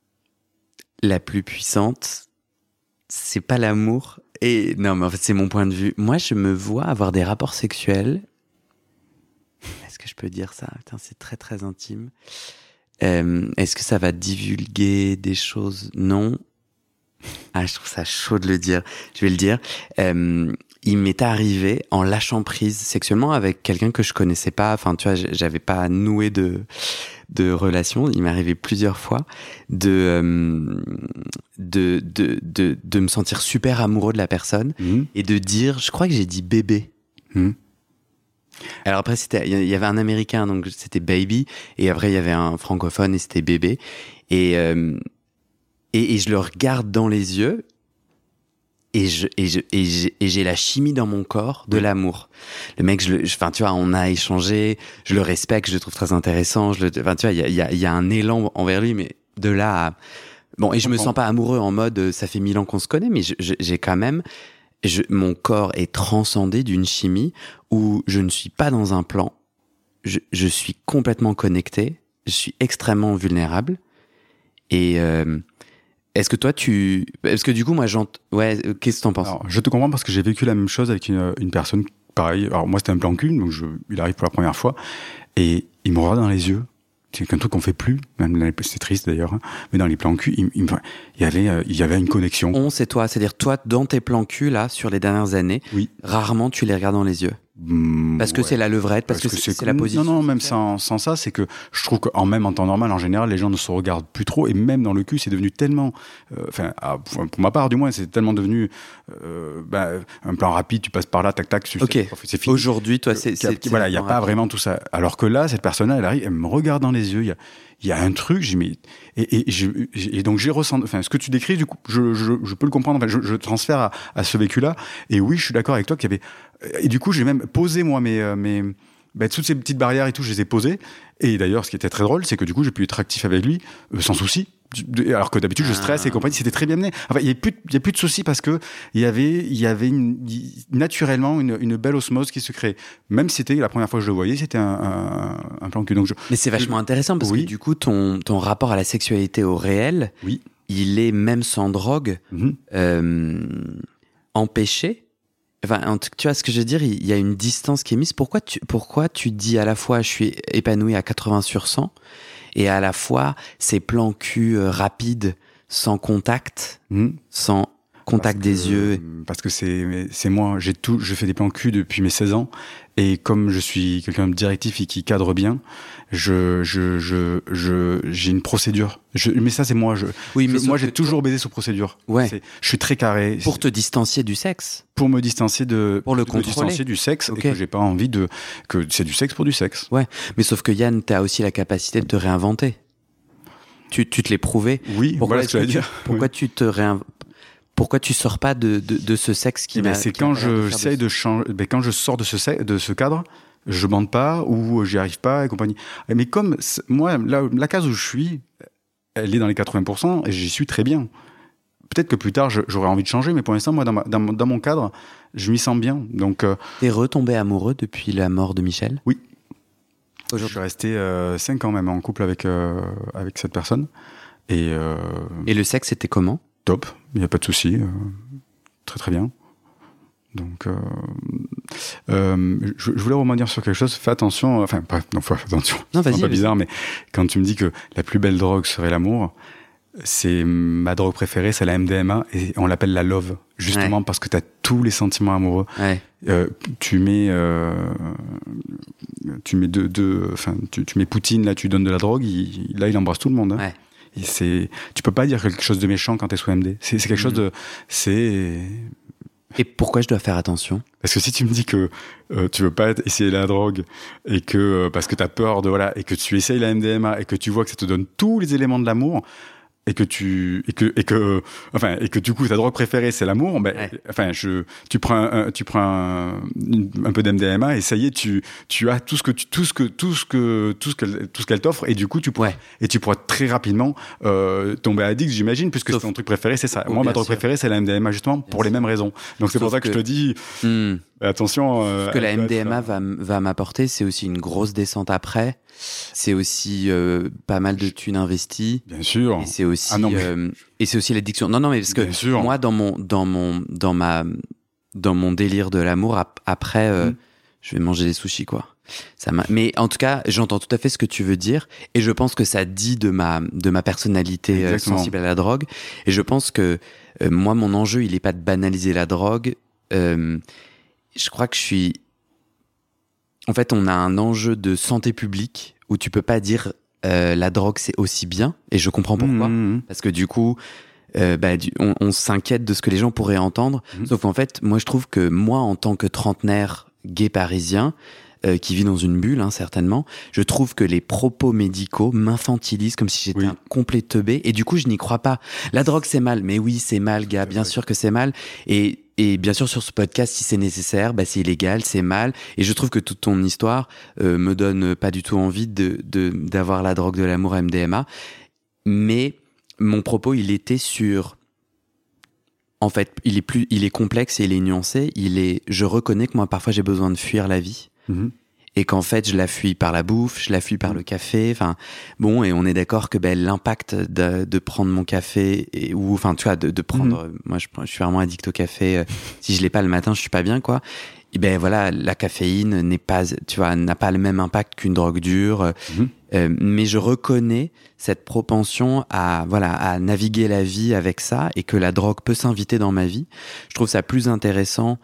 la plus puissante, c'est pas l'amour? Et non, mais en fait, c'est mon point de vue. Moi, je me vois avoir des rapports sexuels. Est-ce que je peux dire ça? Putain, c'est très très intime. Est-ce que ça va divulguer des choses? Non. Ah, je trouve ça chaud de le dire. Je vais le dire. Il m'est arrivé, en lâchant prise sexuellement avec quelqu'un que je connaissais pas, enfin, tu vois, j'avais pas noué de relation. Il m'est arrivé plusieurs fois de me sentir super amoureux de la personne et de dire, je crois que j'ai dit bébé. Alors après, il y avait un Américain, donc c'était baby, et après il y avait un francophone et c'était bébé. Et je le regarde dans les yeux et j'ai la chimie dans mon corps de l'amour. Le mec, enfin, tu vois, on a échangé, je le respecte, je le trouve très intéressant, enfin, tu vois, il y a un élan envers lui, mais de là à... Bon, et je me sens pas amoureux en mode, ça fait 1000 ans qu'on se connaît, mais j'ai quand même, mon corps est transcendé d'une chimie où je ne suis pas dans un plan, je suis complètement connecté, je suis extrêmement vulnérable et... Est-ce que toi, Parce que du coup, moi, qu'est-ce que t'en penses? Alors, je te comprends parce que j'ai vécu la même chose avec une personne pareil. Alors moi, c'était un plan cul, donc il arrive pour la première fois et il me regarde dans les yeux. c'est un truc qu'on fait plus, même c'est triste d'ailleurs, hein, mais dans les plans cul, il y avait une connexion. C'est toi, c'est-à-dire toi, dans tes plans cul, là, sur les dernières années, oui. Rarement tu les regardes dans les yeux. Parce que c'est la levrette, parce que c'est la position. Non, même sans ça, c'est que je trouve qu'en temps normal, en général, les gens ne se regardent plus trop, et même dans le cul, c'est devenu tellement, pour ma part du moins, c'est tellement devenu un plan rapide, tu passes par là, tac tac, c'est fini. Aujourd'hui, toi, voilà, il n'y a pas vraiment tout ça. Alors que là, cette personne-là, elle arrive, elle me regarde dans les yeux, il y a un truc, et donc j'ai ressenti, ce que tu décris, du coup, je peux le comprendre, je transfère à ce vécu-là, et oui, je suis d'accord avec toi qu'il y avait, et du coup, j'ai même posé, moi, toutes ces petites barrières et tout, je les ai posées, et d'ailleurs, ce qui était très drôle, c'est que du coup, j'ai pu être actif avec lui, sans souci, alors que d'habitude, je stresse et compagnie, c'était très bien mené. Enfin, il y a plus de soucis parce que il y avait naturellement une belle osmose qui se crée. Même si c'était la première fois que je le voyais, c'était un plan cul. Mais c'est vachement intéressant parce que du coup, ton rapport à la sexualité au réel, oui. Il est même sans drogue, empêché. Enfin, tu vois ce que je veux dire, il y a une distance qui est mise. Pourquoi tu dis à la fois je suis épanoui à 80/100 et à la fois ces plans cul rapides, sans contact, sans contact des yeux? Parce que c'est moi, je fais des plans cul depuis mes 16 ans, et comme je suis quelqu'un de directif et qui cadre bien, j'ai une procédure. Mais ça, c'est moi. Moi, j'ai toujours baisé sous procédure. Ouais. Je suis très carré. Pour te distancier du sexe. Pour me distancier pour le contrôler. Me distancier du sexe, et que j'ai pas envie que c'est du sexe pour du sexe. Ouais. Mais sauf que Yann, t'as aussi la capacité de te réinventer. Tu te l'es prouvé. Oui. Voilà ce que j'allais dire. Pourquoi tu te réinventes? Pourquoi tu sors pas de ce sexe qui m'a... C'est quand j'essaye de changer, quand je sors de ce cadre, je bande pas ou j'y arrive pas et compagnie. Mais comme moi, la case où je suis, elle est dans les 80% et j'y suis très bien. Peut-être que plus tard j'aurais envie de changer, mais pour l'instant, moi, dans mon cadre, je m'y sens bien. Donc, t'es retombé amoureux depuis la mort de Michel? Oui. Je suis resté 5 ans même en couple avec cette personne. Et le sexe, c'était comment? Top, il n'y a pas de souci, très très bien. Donc, je voulais rebondir sur quelque chose. Fais attention, fais attention. Non, vas-y. C'est pas bizarre, mais quand tu me dis que la plus belle drogue serait l'amour, c'est ma drogue préférée, c'est la MDMA, et on l'appelle la love, justement parce que tu as tous les sentiments amoureux. Ouais. Tu mets Poutine, là, tu donnes de la drogue, il embrasse tout le monde. Hein. Ouais. Tu peux pas dire quelque chose de méchant quand t'es sous MD. C'est quelque chose de... Et pourquoi je dois faire attention? Parce que si tu me dis que tu veux pas essayer la drogue, et que parce que t'as peur et que tu essayes la MDMA et que tu vois que ça te donne tous les éléments de l'amour, et que du coup ta drogue préférée c'est l'amour, tu prends un peu d'MDMA et ça y est, tu as tout ce qu'elle t'offre, et du coup tu pourras très rapidement tomber addict, j'imagine, puisque ton truc préféré c'est ça. Moi, ma drogue préférée c'est la MDMA, justement pour les mêmes raisons. Donc c'est pour ça que je te dis attention. Ce que la MDMA va m'apporter, c'est aussi une grosse descente après. C'est aussi pas mal de thunes investies. Bien sûr. Et c'est aussi et c'est aussi l'addiction. Non, mais parce que moi dans mon délire de l'amour, après je vais manger des sushis, quoi. Mais en tout cas, j'entends tout à fait ce que tu veux dire, et je pense que ça dit de ma personnalité sensible à la drogue. Et je pense que moi, mon enjeu, il est pas de banaliser la drogue. Je crois que en fait, on a un enjeu de santé publique où tu peux pas dire la drogue c'est aussi bien, et je comprends pourquoi. Parce que du coup, on s'inquiète de ce que les gens pourraient entendre. Sauf qu'en fait, moi je trouve que moi, en tant que trentenaire gay parisien, qui vit dans une bulle, certainement, je trouve que les propos médicaux m'infantilisent comme si j'étais un complet teubé, et du coup je n'y crois pas. La drogue c'est mal, mais oui c'est mal, gars, bien sûr que c'est mal, et bien sûr sur ce podcast, si c'est nécessaire, c'est illégal, c'est mal, et je trouve que toute ton histoire me donne pas du tout envie d'avoir la drogue de l'amour MDMA, mais mon propos il était sur... En fait, il est complexe et il est nuancé, je reconnais que moi parfois j'ai besoin de fuir la vie. Et qu'en fait je la fuis par la bouffe, je la fuis par le café, et on est d'accord que l'impact de prendre mon café, de prendre, moi je suis vraiment addict au café, si je l'ai pas le matin je suis pas bien, quoi. ben voilà, la caféine n'est pas, tu vois, n'a pas le même impact qu'une drogue dure. Mais je reconnais cette propension à naviguer la vie avec ça, et que la drogue peut s'inviter dans ma vie. Je trouve ça plus intéressant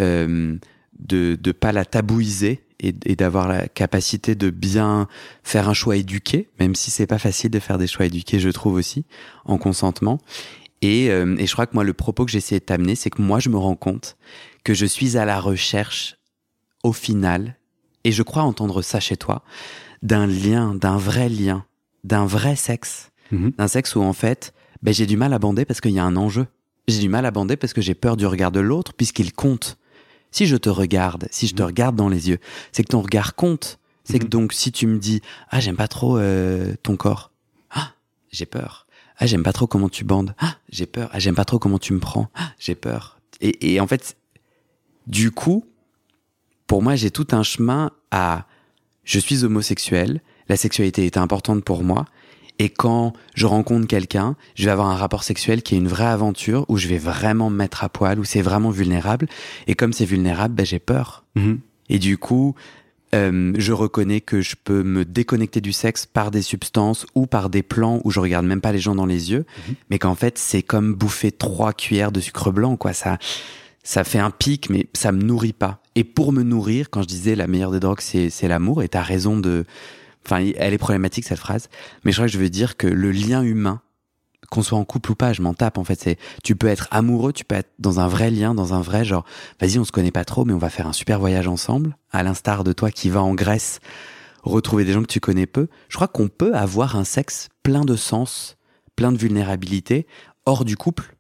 de pas la tabouiser et d'avoir la capacité de bien faire un choix éduqué, même si c'est pas facile de faire des choix éduqués, je trouve aussi, en consentement. Et je crois que moi, le propos que j'essayais de t'amener, c'est que moi, je me rends compte que je suis à la recherche, au final, et je crois entendre ça chez toi, d'un lien, d'un vrai sexe, d'un sexe où en fait, j'ai du mal à bander parce qu'il y a un enjeu. J'ai du mal à bander parce que j'ai peur du regard de l'autre, puisqu'il compte. Si je te regarde, si je te regarde dans les yeux, c'est que ton regard compte. C'est que donc, si tu me dis « Ah, j'aime pas trop ton corps. Ah, j'ai peur. Ah, j'aime pas trop comment tu bandes. Ah, j'ai peur. Ah, j'aime pas trop comment tu me prends. Ah, j'ai peur. » Et en fait, du coup, pour moi, j'ai tout un chemin à... Je suis homosexuel, la sexualité est importante pour moi, et quand je rencontre quelqu'un, je vais avoir un rapport sexuel qui est une vraie aventure, où je vais vraiment me mettre à poil, où c'est vraiment vulnérable, et comme c'est vulnérable, j'ai peur. Et du coup, je reconnais que je peux me déconnecter du sexe par des substances ou par des plans où je regarde même pas les gens dans les yeux, mais qu'en fait, c'est comme bouffer 3 cuillères de sucre blanc, quoi. Ça fait un pic, mais ça me nourrit pas. Et pour me nourrir, quand je disais la meilleure des drogues, c'est l'amour, et t'as raison de... Enfin, elle est problématique, cette phrase, mais je crois que je veux dire que le lien humain, qu'on soit en couple ou pas, je m'en tape, en fait, tu peux être amoureux, tu peux être dans un vrai lien, dans un vrai genre, vas-y, on se connaît pas trop, mais on va faire un super voyage ensemble, à l'instar de toi qui vas en Grèce retrouver des gens que tu connais peu. Je crois qu'on peut avoir un sexe plein de sens, plein de vulnérabilité, hors du couple,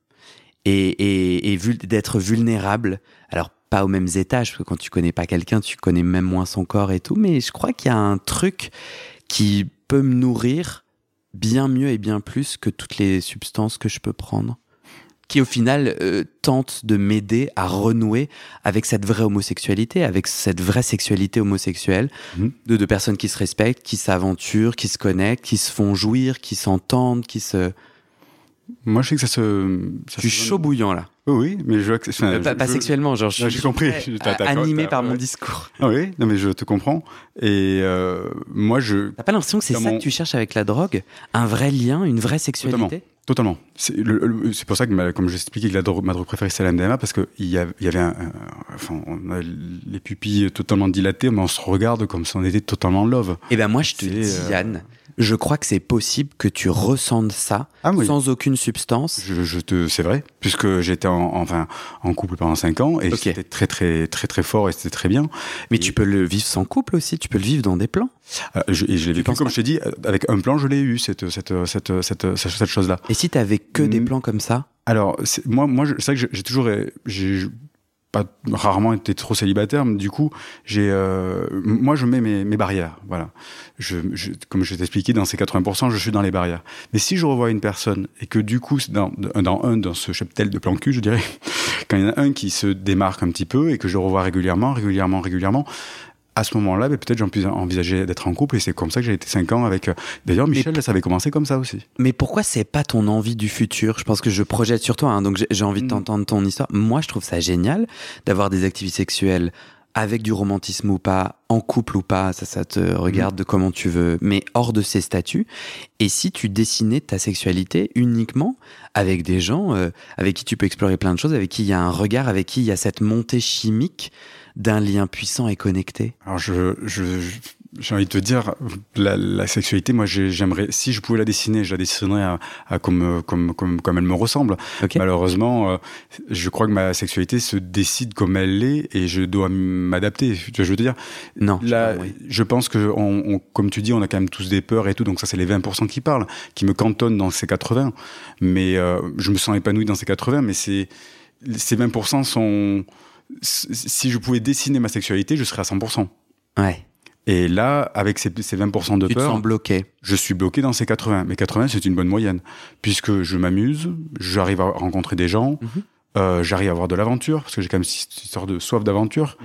et d'être vulnérable. Alors, pas aux mêmes étages, parce que quand tu connais pas quelqu'un, tu connais même moins son corps et tout, mais je crois qu'il y a un truc qui peut me nourrir bien mieux et bien plus que toutes les substances que je peux prendre, qui au final tente de m'aider à renouer avec cette vraie homosexualité, avec cette vraie sexualité homosexuelle, de personnes qui se respectent, qui s'aventurent, qui se connectent, qui se font jouir, qui s'entendent, qui se... Moi, je sais que ça je suis chaud bouillant, là. Oui, mais je vois que... Pas sexuellement, genre, je suis compris. Animé par mon discours. Oui, non, mais je te comprends. Et moi, T'as pas l'impression que c'est ça que tu cherches avec la drogue? Un vrai lien, une vraie sexualité? Totalement. C'est pour ça que, comme je expliquais, que ma drogue préférée, c'est la MDMA, parce qu'il y avait on a les pupilles totalement dilatées, mais on se regarde comme si on était totalement en love. Eh ben moi, je te dis, Yann, je crois que c'est possible que tu ressentes ça sans aucune substance. C'est vrai, puisque j'étais en couple pendant 5 ans, et c'était très, très, très, très fort, et c'était très bien. Mais tu peux le vivre sans couple aussi, tu peux le vivre dans des plans. Je l'ai vécu, comme je t'ai dit, avec un plan, je l'ai eu, cette chose-là. Et si t'avais que des plans comme ça? Alors, c'est vrai que j'ai pas rarement été trop célibataire, mais du coup, moi, je mets mes barrières, voilà. Comme je t'ai expliqué, dans ces 80%, je suis dans les barrières. Mais si je revois une personne, et que du coup, dans ce cheptel de plan cul, je dirais, quand il y en a un qui se démarque un petit peu, et que je revois régulièrement, à ce moment-là, peut-être j'en puis envisager d'être en couple, et c'est comme ça que j'ai été 5 ans avec... D'ailleurs, Michel, ça avait commencé comme ça aussi. Mais pourquoi c'est pas ton envie du futur? Je pense que je projette sur toi, donc j'ai envie de t'entendre ton histoire. Moi, je trouve ça génial d'avoir des activités sexuelles avec du romantisme ou pas, en couple ou pas, ça te regarde de comment tu veux, mais hors de ces statuts. Et si tu dessinais ta sexualité uniquement avec des gens avec qui tu peux explorer plein de choses, avec qui il y a un regard, avec qui il y a cette montée chimique d'un lien puissant et connecté? Alors j'ai envie de te dire, la sexualité, moi j'aimerais, si je pouvais la dessiner, je la dessinerais comme elle me ressemble. Malheureusement, je crois que ma sexualité se décide comme elle est, et je dois m'adapter. Tu vois, je veux te dire, non, je pense que comme tu dis, on a quand même tous des peurs et tout, donc ça c'est les 20% qui parlent, qui me cantonnent dans ces 80. Mais je me sens épanoui dans ces 80, mais ces 20% sont... Si je pouvais dessiner ma sexualité, je serais à 100%. Ouais. Et là, avec ces 20% de peur... Tu te sens bloqué. Je suis bloqué dans ces 80. Mais 80, c'est une bonne moyenne. Puisque je m'amuse, j'arrive à rencontrer des gens, j'arrive à avoir de l'aventure, parce que j'ai quand même cette histoire de soif d'aventure.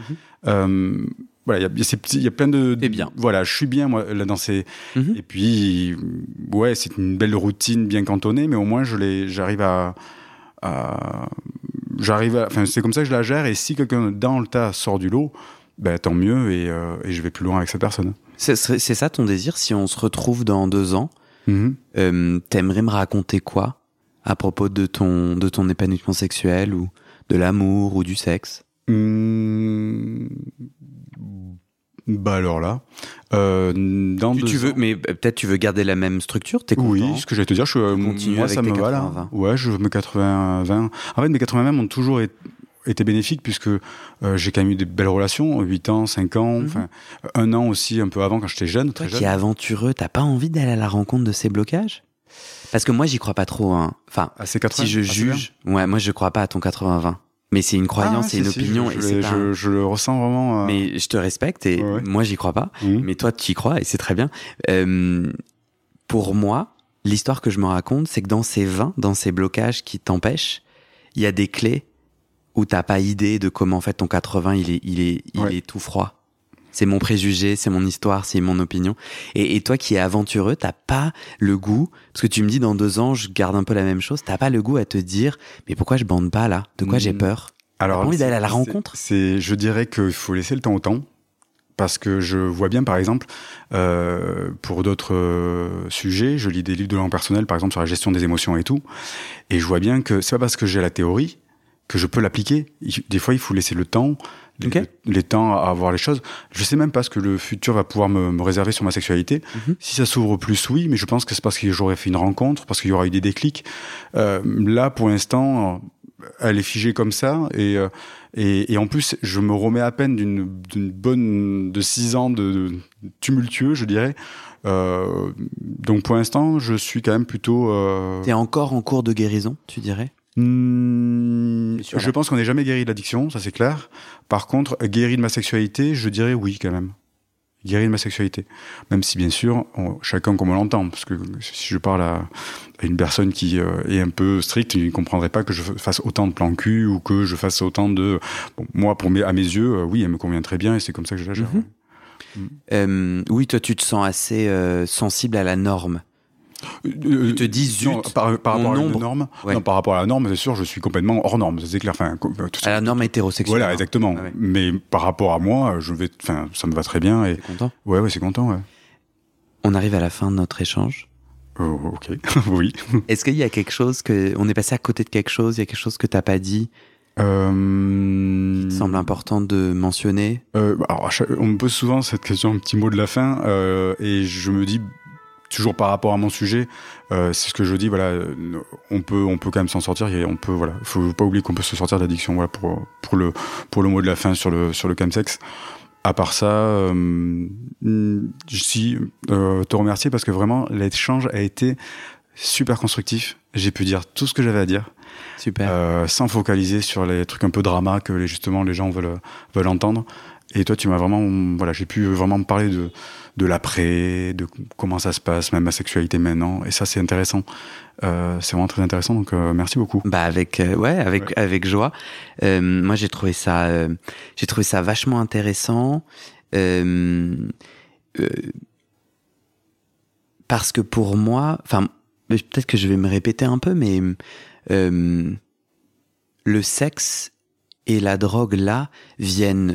Voilà, il y a plein de... T'es bien. Voilà, je suis bien, moi, là, dans ces... Et puis, ouais, c'est une belle routine bien cantonnée, mais au moins, j'arrive à c'est comme ça que je la gère, et si quelqu'un dans le tas sort du lot, tant mieux, et je vais plus loin avec cette personne. C'est ça ton désir, si on se retrouve dans 2 ans, t'aimerais me raconter quoi à propos de ton épanouissement sexuel, ou de l'amour, ou du sexe? Alors là, dans tu veux, mais peut-être tu veux garder la même structure, t'es content? Oui, ce que j'allais te dire, moi ça me va là. Ouais, je veux mes 80-20. En fait, mes 80-20 m'ont toujours été bénéfiques, puisque j'ai quand même eu des belles relations, 8 ans, 5 ans, 1 an aussi, un peu avant, quand j'étais jeune. Toi qui es aventureux, t'as pas envie d'aller à la rencontre de ces blocages? Parce que moi, j'y crois pas trop. Hein. Enfin, si je juge, moi je crois pas à ton 80-20. Mais c'est une croyance, c'est une opinion. Je le ressens vraiment. Mais je te respecte, et moi j'y crois pas. Mais toi tu y crois, et c'est très bien. Pour moi, l'histoire que je me raconte, c'est que dans ces blocages qui t'empêchent, il y a des clés où t'as pas idée de comment en fait ton 80 il est tout froid. C'est mon préjugé, c'est mon histoire, c'est mon opinion. Et toi qui es aventureux, t'as pas le goût, parce que tu me dis dans 2 ans, je garde un peu la même chose, t'as pas le goût à te dire, mais pourquoi je bande pas là? De quoi j'ai peur? Alors, t'as pas envie d'aller à la rencontre? Je dirais qu'il faut laisser le temps au temps. Parce que je vois bien, par exemple, pour d'autres sujets, je lis des livres de langue personnelle, par exemple, sur la gestion des émotions et tout. Et je vois bien que c'est pas parce que j'ai la théorie que je peux l'appliquer. Des fois, il faut laisser le temps. Les temps à voir les choses. Je sais même pas ce que le futur va pouvoir me réserver sur ma sexualité. Si ça s'ouvre plus, oui, mais je pense que c'est parce que j'aurais fait une rencontre, parce qu'il y aura eu des déclics. Là, pour l'instant, elle est figée comme ça, et en plus, je me remets à peine de 6 ans de tumultueux, je dirais. Donc pour l'instant, je suis quand même plutôt... T'es encore en cours de guérison, tu dirais? Je pense qu'on n'est jamais guéri de l'addiction, ça c'est clair. Par contre, guéri de ma sexualité, je dirais oui quand même. Guéri de ma sexualité. Même si bien sûr, chacun comme on l'entend. Parce que si je parle à une personne qui est un peu stricte, il ne comprendrait pas que je fasse autant de plans cul, ou que je fasse autant de... Bon, moi, à mes yeux, oui, elle me convient très bien, et c'est comme ça que je la gère. Oui, toi tu te sens assez sensible à la norme. Tu te dis zut, par rapport à une norme. Non, par rapport à la norme, c'est sûr, je suis complètement hors norme, c'est clair. Enfin, à la norme hétérosexuelle. Voilà, exactement. Ah ouais. Mais par rapport à moi, ça me va très bien. Et... T'es content? Ouais, c'est content. Ouais. On arrive à la fin de notre échange. Ok, oui. Est-ce qu'il y a quelque chose on est passé à côté de quelque chose? Il y a quelque chose que t'as pas dit? Qui te semble important de mentionner? Alors, on me pose souvent cette question, un petit mot de la fin, et je me dis, toujours par rapport à mon sujet, c'est ce que je dis, voilà, on peut quand même s'en sortir, et faut pas oublier qu'on peut se sortir d'addiction, voilà, pour le mot de la fin sur le chemsex. À part ça, te remercier, parce que vraiment l'échange a été super constructif. J'ai pu dire tout ce que j'avais à dire. Super. Sans focaliser sur les trucs un peu drama que justement les gens veulent entendre. Et toi, tu m'as vraiment, j'ai pu vraiment me parler de l'après, de comment ça se passe, même ma sexualité maintenant. Et ça, c'est intéressant. C'est vraiment très intéressant. Donc, merci beaucoup. Avec joie. Moi, j'ai trouvé ça vachement intéressant. Parce que pour moi, peut-être que je vais me répéter un peu, mais le sexe et la drogue là viennent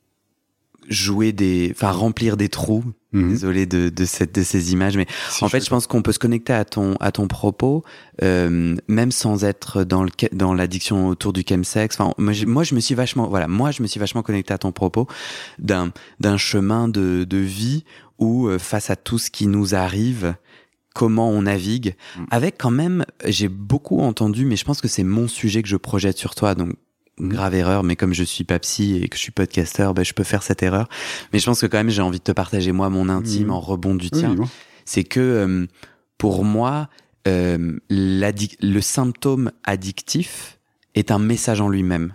remplir des trous. Désolé de ces images, mais si en fait, je pense qu'on peut se connecter à ton propos, même sans être dans l'addiction autour du chemsex. Moi, je me suis vachement connecté à ton propos d'un chemin de vie où, face à tout ce qui nous arrive, comment on navigue, avec quand même, j'ai beaucoup entendu, mais je pense que c'est mon sujet que je projette sur toi, donc grave erreur, mais comme je suis pas psy et que je suis podcasteur, je peux faire cette erreur. Mais je pense que quand même j'ai envie de te partager moi mon intime en rebond du tien. Oui, c'est que pour moi, le symptôme addictif est un message en lui-même.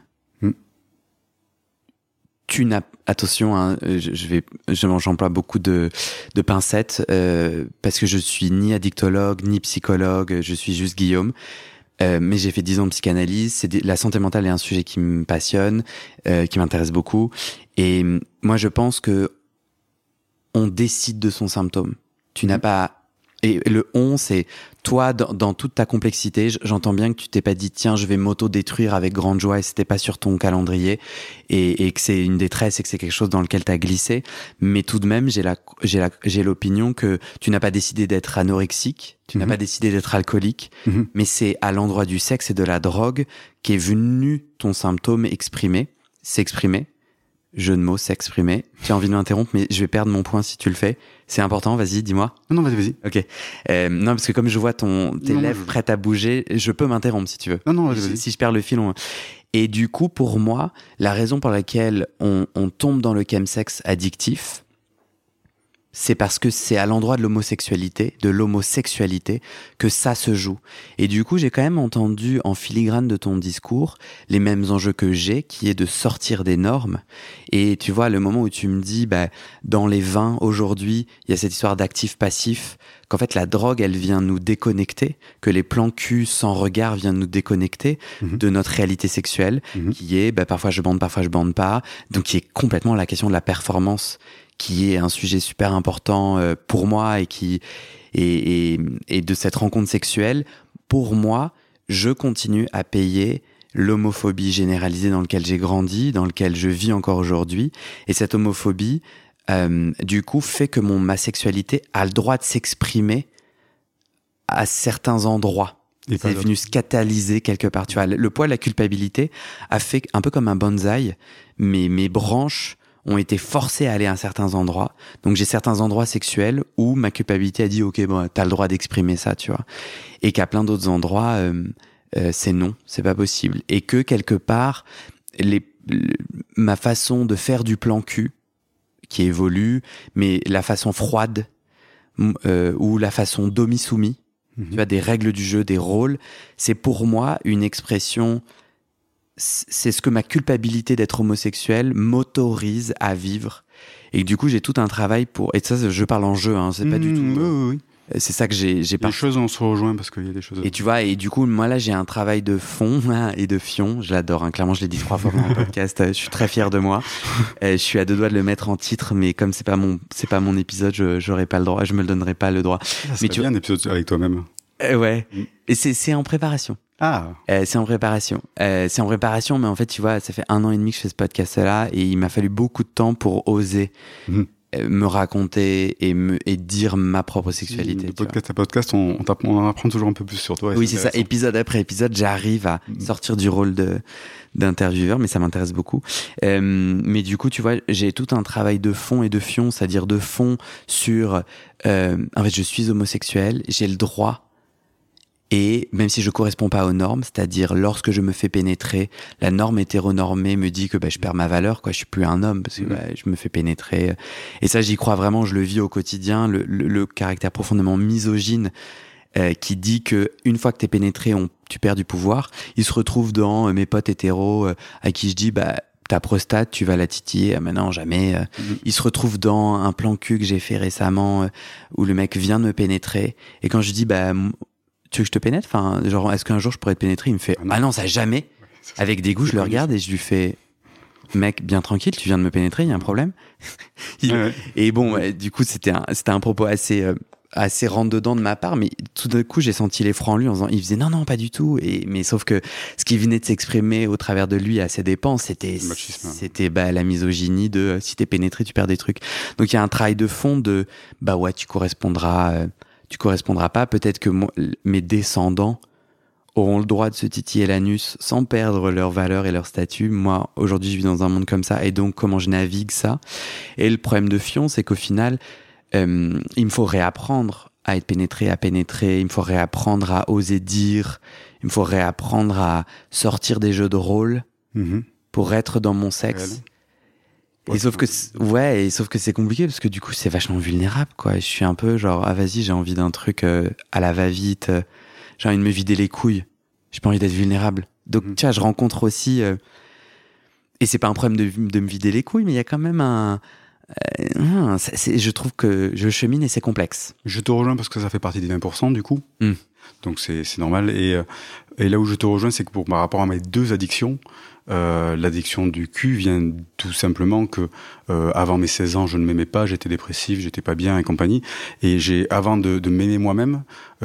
Tu n'as, attention, hein, j'emploie beaucoup de pincettes parce que je suis ni addictologue ni psychologue, je suis juste Guillaume. Mais j'ai fait 10 ans de psychanalyse. La santé mentale est un sujet qui me passionne, qui m'intéresse beaucoup. Et moi, je pense que on décide de son symptôme. Tu n'as pas... Et le on, c'est toi, dans toute ta complexité, j'entends bien que tu t'es pas dit, tiens, je vais m'auto-détruire avec grande joie et c'était pas sur ton calendrier et que c'est une détresse et que c'est quelque chose dans lequel t'as glissé. Mais tout de même, j'ai l'opinion que tu n'as pas décidé d'être anorexique, tu n'as pas décidé d'être alcoolique, mais c'est à l'endroit du sexe et de la drogue qu'est venu ton symptôme s'exprimer. Jeu de mots, s'exprimer. Tu as envie de m'interrompre, mais je vais perdre mon point si tu le fais. C'est important, vas-y, dis-moi. Non, vas-y. Ok. Non, parce que comme je vois tes lèvres prêtes à bouger, je peux m'interrompre si tu veux. Non, vas-y. Si je perds le fil, Et du coup, pour moi, la raison pour laquelle on tombe dans le chemsex addictif, c'est parce que c'est à l'endroit de l'homosexualité que ça se joue. Et du coup, j'ai quand même entendu en filigrane de ton discours les mêmes enjeux que j'ai, qui est de sortir des normes. Et tu vois, le moment où tu me dis, dans les vins, aujourd'hui, il y a cette histoire d'actif-passif, qu'en fait, la drogue, elle vient nous déconnecter, que les plans cul sans regard viennent nous déconnecter de notre réalité sexuelle, qui est, parfois je bande pas, donc qui est complètement la question de la performance, qui est un sujet super important pour moi et de cette rencontre sexuelle. Pour moi, je continue à payer l'homophobie généralisée dans laquelle j'ai grandi, dans laquelle je vis encore aujourd'hui. Et cette homophobie, du coup, fait que ma sexualité a le droit de s'exprimer à certains endroits. C'est venu se catalyser quelque part. Tu vois, le poids de la culpabilité a fait un peu comme un bonsaï, mes branches ont été forcés à aller à certains endroits. Donc j'ai certains endroits sexuels où ma culpabilité a dit ok, t'as le droit d'exprimer ça, tu vois. Et qu'à plein d'autres endroits, c'est non, c'est pas possible. Et que quelque part, ma façon de faire du plan cul, qui évolue, mais la façon froide, ou la façon domi-soumis, tu vois, des règles du jeu, des rôles, c'est pour moi une expression. C'est ce que ma culpabilité d'être homosexuel m'autorise à vivre. Et du coup, j'ai tout un travail et ça, je parle en jeu, c'est pas du tout. Oui. C'est ça que j'ai pas. Les choses, on se rejoint parce qu'il y a des choses. Et tu vois, et du coup, moi là, j'ai un travail de fond et de fion. Je l'adore, clairement, je l'ai dit 3 fois dans le podcast. Je suis très fier de moi. Je suis à 2 doigts de le mettre en titre, mais comme c'est pas mon épisode, j'aurais pas le droit, je me le donnerai pas le droit. Ça serait bien un épisode avec toi-même. Ouais. Et c'est en préparation. C'est en préparation. Mais en fait, tu vois, ça fait 1 an et demi que je fais ce podcast-là et il m'a fallu beaucoup de temps pour oser me raconter et dire ma propre sexualité. De podcast à podcast, on en apprend toujours un peu plus sur toi. Oui, c'est ça. Épisode après épisode, j'arrive à sortir du rôle d'intervieweur, mais ça m'intéresse beaucoup. Mais du coup, tu vois, j'ai tout un travail de fond et de fion, c'est-à-dire de fond sur... en fait, je suis homosexuel, j'ai le droit. Et même si je corresponds pas aux normes, c'est-à-dire lorsque je me fais pénétrer, la norme hétéronormée me dit que je perds ma valeur, je suis plus un homme parce que je me fais pénétrer. Et ça, j'y crois vraiment, je le vis au quotidien, le caractère profondément misogyne qui dit que une fois que t'es pénétré, tu perds du pouvoir. Il se retrouve dans mes potes hétéros à qui je dis ta prostate, tu vas la titiller. Maintenant, jamais. Il se retrouve dans un plan cul que j'ai fait récemment où le mec vient de me pénétrer. Et quand je dis tu veux que je te pénètre? Enfin, genre, est-ce qu'un jour je pourrais te pénétrer? Il me fait, ah non, ça jamais. Avec dégoût, je le regarde et je lui fais, mec, bien tranquille, tu viens de me pénétrer, il y a un problème? Et bon, du coup, c'était un propos assez rentre dedans de ma part, mais tout d'un coup, j'ai senti l'effroi en lui en disant, il faisait non, pas du tout. Mais sauf que ce qui venait de s'exprimer au travers de lui à ses dépens, c'était la misogynie de si t'es pénétré, tu perds des trucs. Donc il y a un travail de fond de, tu correspondras pas, peut-être que mes descendants auront le droit de se titiller l'anus sans perdre leur valeur et leur statut. Moi, aujourd'hui, je vis dans un monde comme ça, et donc comment je navigue ça. Et le problème de fion, c'est qu'au final, il me faut réapprendre à être pénétré, il me faut réapprendre à oser dire, il me faut réapprendre à sortir des jeux de rôle pour être dans mon sexe. Et sauf que c'est compliqué parce que du coup c'est vachement vulnérable, quoi. Je suis un peu genre vas-y, j'ai envie d'un truc à la va-vite, j'ai envie de me vider les couilles, j'ai pas envie d'être vulnérable. Donc tu vois, je rencontre aussi et c'est pas un problème de me vider les couilles, mais il y a quand même Je trouve que je chemine et c'est complexe. Je te rejoins parce que ça fait partie des 20%, du coup. Donc, c'est normal. Et là où je te rejoins, c'est que par rapport à mes 2 addictions, l'addiction du cul vient tout simplement que avant mes 16 ans, je ne m'aimais pas, j'étais dépressif, j'étais pas bien et compagnie. Et avant de m'aimer moi-même,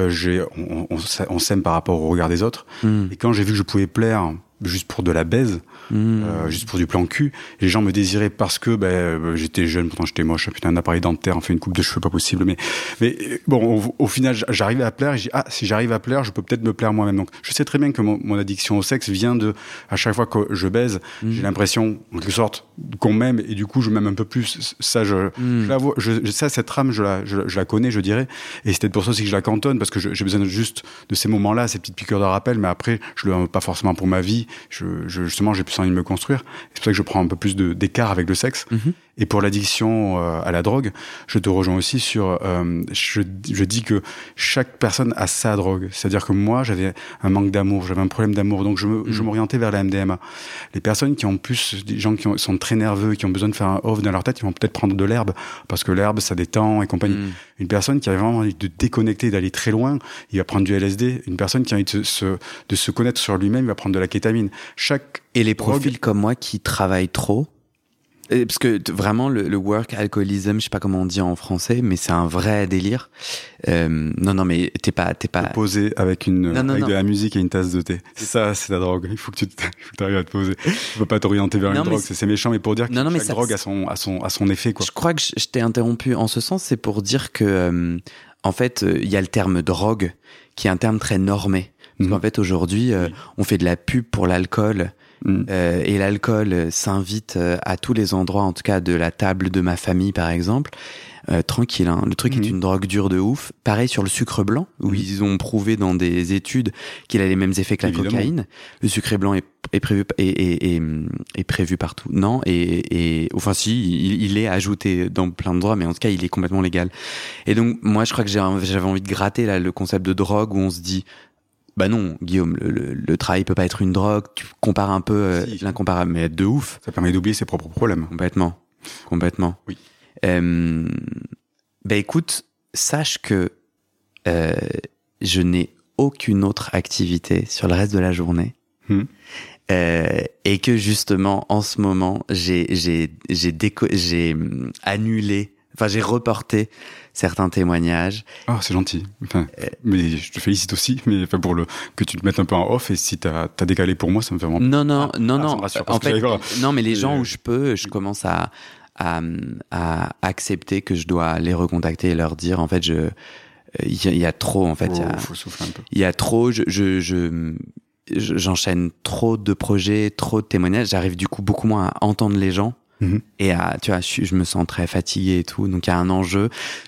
on s'aime par rapport au regard des autres. Et quand j'ai vu que je pouvais plaire juste pour de la baise, juste pour du plan cul, les gens me désiraient parce que j'étais jeune, pourtant j'étais moche, putain, un appareil dentaire, enfin une coupe de cheveux pas possible, mais bon, au final j'arrivais à plaire, et j'ai dit, si j'arrive à plaire, je peux peut-être me plaire moi-même. Donc je sais très bien que mon addiction au sexe vient de, à chaque fois que je baise, j'ai l'impression en quelque sorte qu'on m'aime, et du coup je m'aime un peu plus. Ça, je la vois, cette trame je la connais, je dirais, et c'est peut-être pour ça aussi que je la cantonne, parce que j'ai besoin juste de ces moments-là, ces petites piqûres de rappel, mais après je le veux pas forcément pour ma vie. Justement, j'ai plus envie de me construire. C'est pour ça que je prends un peu plus d'écart avec le sexe. Et pour l'addiction à la drogue, je te rejoins aussi sur... je dis que chaque personne a sa drogue. C'est-à-dire que moi, j'avais un manque d'amour, j'avais un problème d'amour, donc je m'orientais vers la MDMA. Les personnes qui ont plus... Des gens qui sont très nerveux, qui ont besoin de faire un off dans leur tête, ils vont peut-être prendre de l'herbe, parce que l'herbe, ça détend et compagnie. Une personne qui a vraiment envie de déconnecter, d'aller très loin, il va prendre du LSD. Une personne qui a envie de se connaître sur lui-même, il va prendre de la kétamine. Et les profils comme moi qui travaillent trop, parce que vraiment le work alcoolism, je sais pas comment on dit en français, mais c'est un vrai délire. Non, mais t'es pas poser avec de la musique et une tasse de thé. Ça, c'est la drogue. Il faut que tu arrives à te poser. Tu peux pas t'orienter vers une drogue. C'est méchant, mais pour dire que chaque drogue a son effet, quoi. Je crois que je t'ai interrompu en ce sens, c'est pour dire que en fait, il y a le terme drogue qui est un terme très normé. Parce qu'en fait, aujourd'hui, on fait de la pub pour l'alcool. Et l'alcool s'invite à tous les endroits, en tout cas de la table de ma famille par exemple, tranquille, hein. Le truc est une drogue dure de ouf. Pareil sur le sucre blanc, où ils ont prouvé dans des études qu'il a les mêmes effets que la cocaïne. Le sucre blanc est prévu partout. Non, enfin si, il est ajouté dans plein d'endroits, mais en tout cas il est complètement légal. Et donc moi je crois que j'avais envie de gratter là le concept de drogue, où on se dit bah non, Guillaume, le travail peut pas être une drogue. Tu compares un peu l'incomparable, mais de ouf. Ça permet d'oublier ses propres problèmes. Complètement. Oui. Bah écoute, sache que je n'ai aucune autre activité sur le reste de la journée. Et que justement, en ce moment, j'ai annulé, enfin j'ai reporté certains témoignages. Ah, c'est gentil. Enfin, mais je te félicite aussi, mais enfin que tu te mettes un peu en off, et si t'as décalé pour moi, ça me fait vraiment... Non. Ça me rassure, En fait, non, mais les gens où je peux, je commence à accepter que je dois les recontacter et leur dire, en fait, il y a trop, en fait. Faut souffler un peu. Il y a trop, j'enchaîne trop de projets, trop de témoignages. J'arrive du coup beaucoup moins à entendre les gens. Et tu vois, je me sens très fatigué et tout. Donc il y a un enjeu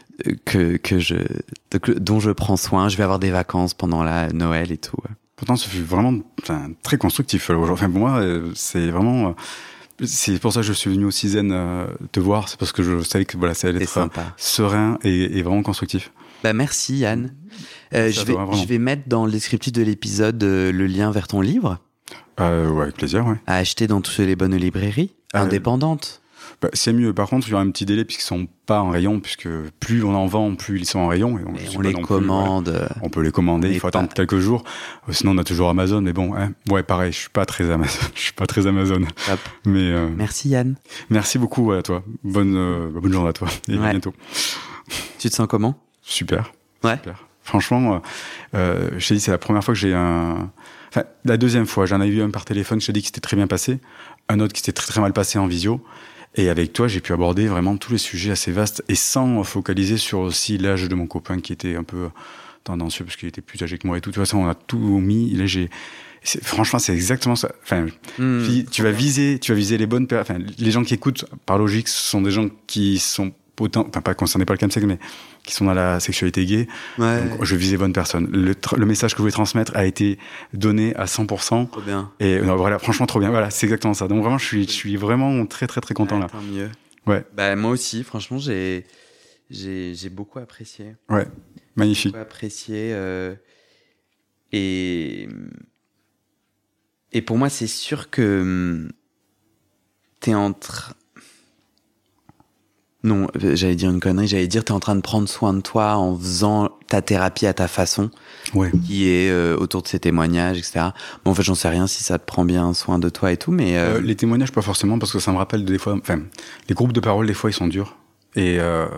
dont je prends soin. Je vais avoir des vacances pendant Noël et tout. Pourtant, ça fait vraiment très constructif. Enfin, pour moi, c'est vraiment... C'est pour ça que je suis venu au Cisen te voir. C'est parce que je savais que ça allait être serein et vraiment constructif. Bah merci Yann. Je vais mettre dans le descriptif de l'épisode le lien vers ton livre. Ouais, avec plaisir, ouais. À acheter dans toutes les bonnes librairies indépendantes. C'est mieux. Par contre, il y aura un petit délai puisqu'ils sont pas en rayon, puisque plus on en vend, plus ils sont en rayon. Et on les commande. On peut les commander. Il faut attendre quelques jours. Sinon, on a toujours Amazon. Mais bon, ouais, pareil. Je suis pas très Amazon. Mais merci Yann. Merci beaucoup à toi. Bonne journée à toi. Et à bientôt. Tu te sens comment? Super. Ouais. Super. Franchement, je t'ai dit, c'est la première fois que j'ai Enfin, la deuxième fois, j'en ai eu un par téléphone. Je t'ai dit que c'était très bien passé. Un autre qui s'était très très mal passé en visio. Et avec toi, j'ai pu aborder vraiment tous les sujets assez vastes et sans focaliser sur aussi l'âge de mon copain qui était un peu tendancieux parce qu'il était plus âgé que moi et tout. Tu vois, ça, on a tout mis. Là, franchement, c'est exactement ça. Enfin, tu vas viser les bonnes enfin, les gens qui écoutent, par logique, ce sont des gens qui sont pas concernés par le chemsex, mais qui sont dans la sexualité gay. Ouais. Donc, je visais bonne personne. Le message que je voulais transmettre a été donné à 100%. Trop bien. Et voilà, franchement, trop bien. Voilà, c'est exactement ça. Donc vraiment, je suis vraiment très, très, très content là. Tant mieux. Ouais. Bah, moi aussi, franchement, j'ai beaucoup apprécié. Ouais. Magnifique. Beaucoup apprécié. Et pour moi, c'est sûr que t'es Non, j'allais dire une connerie, j'allais dire t'es en train de prendre soin de toi en faisant ta thérapie à ta façon, qui est autour de ces témoignages, etc. Bon, en fait, j'en sais rien si ça te prend bien soin de toi et tout, mais... Les témoignages, pas forcément, parce que ça me rappelle des fois... Enfin, les groupes de parole, des fois, ils sont durs. Et...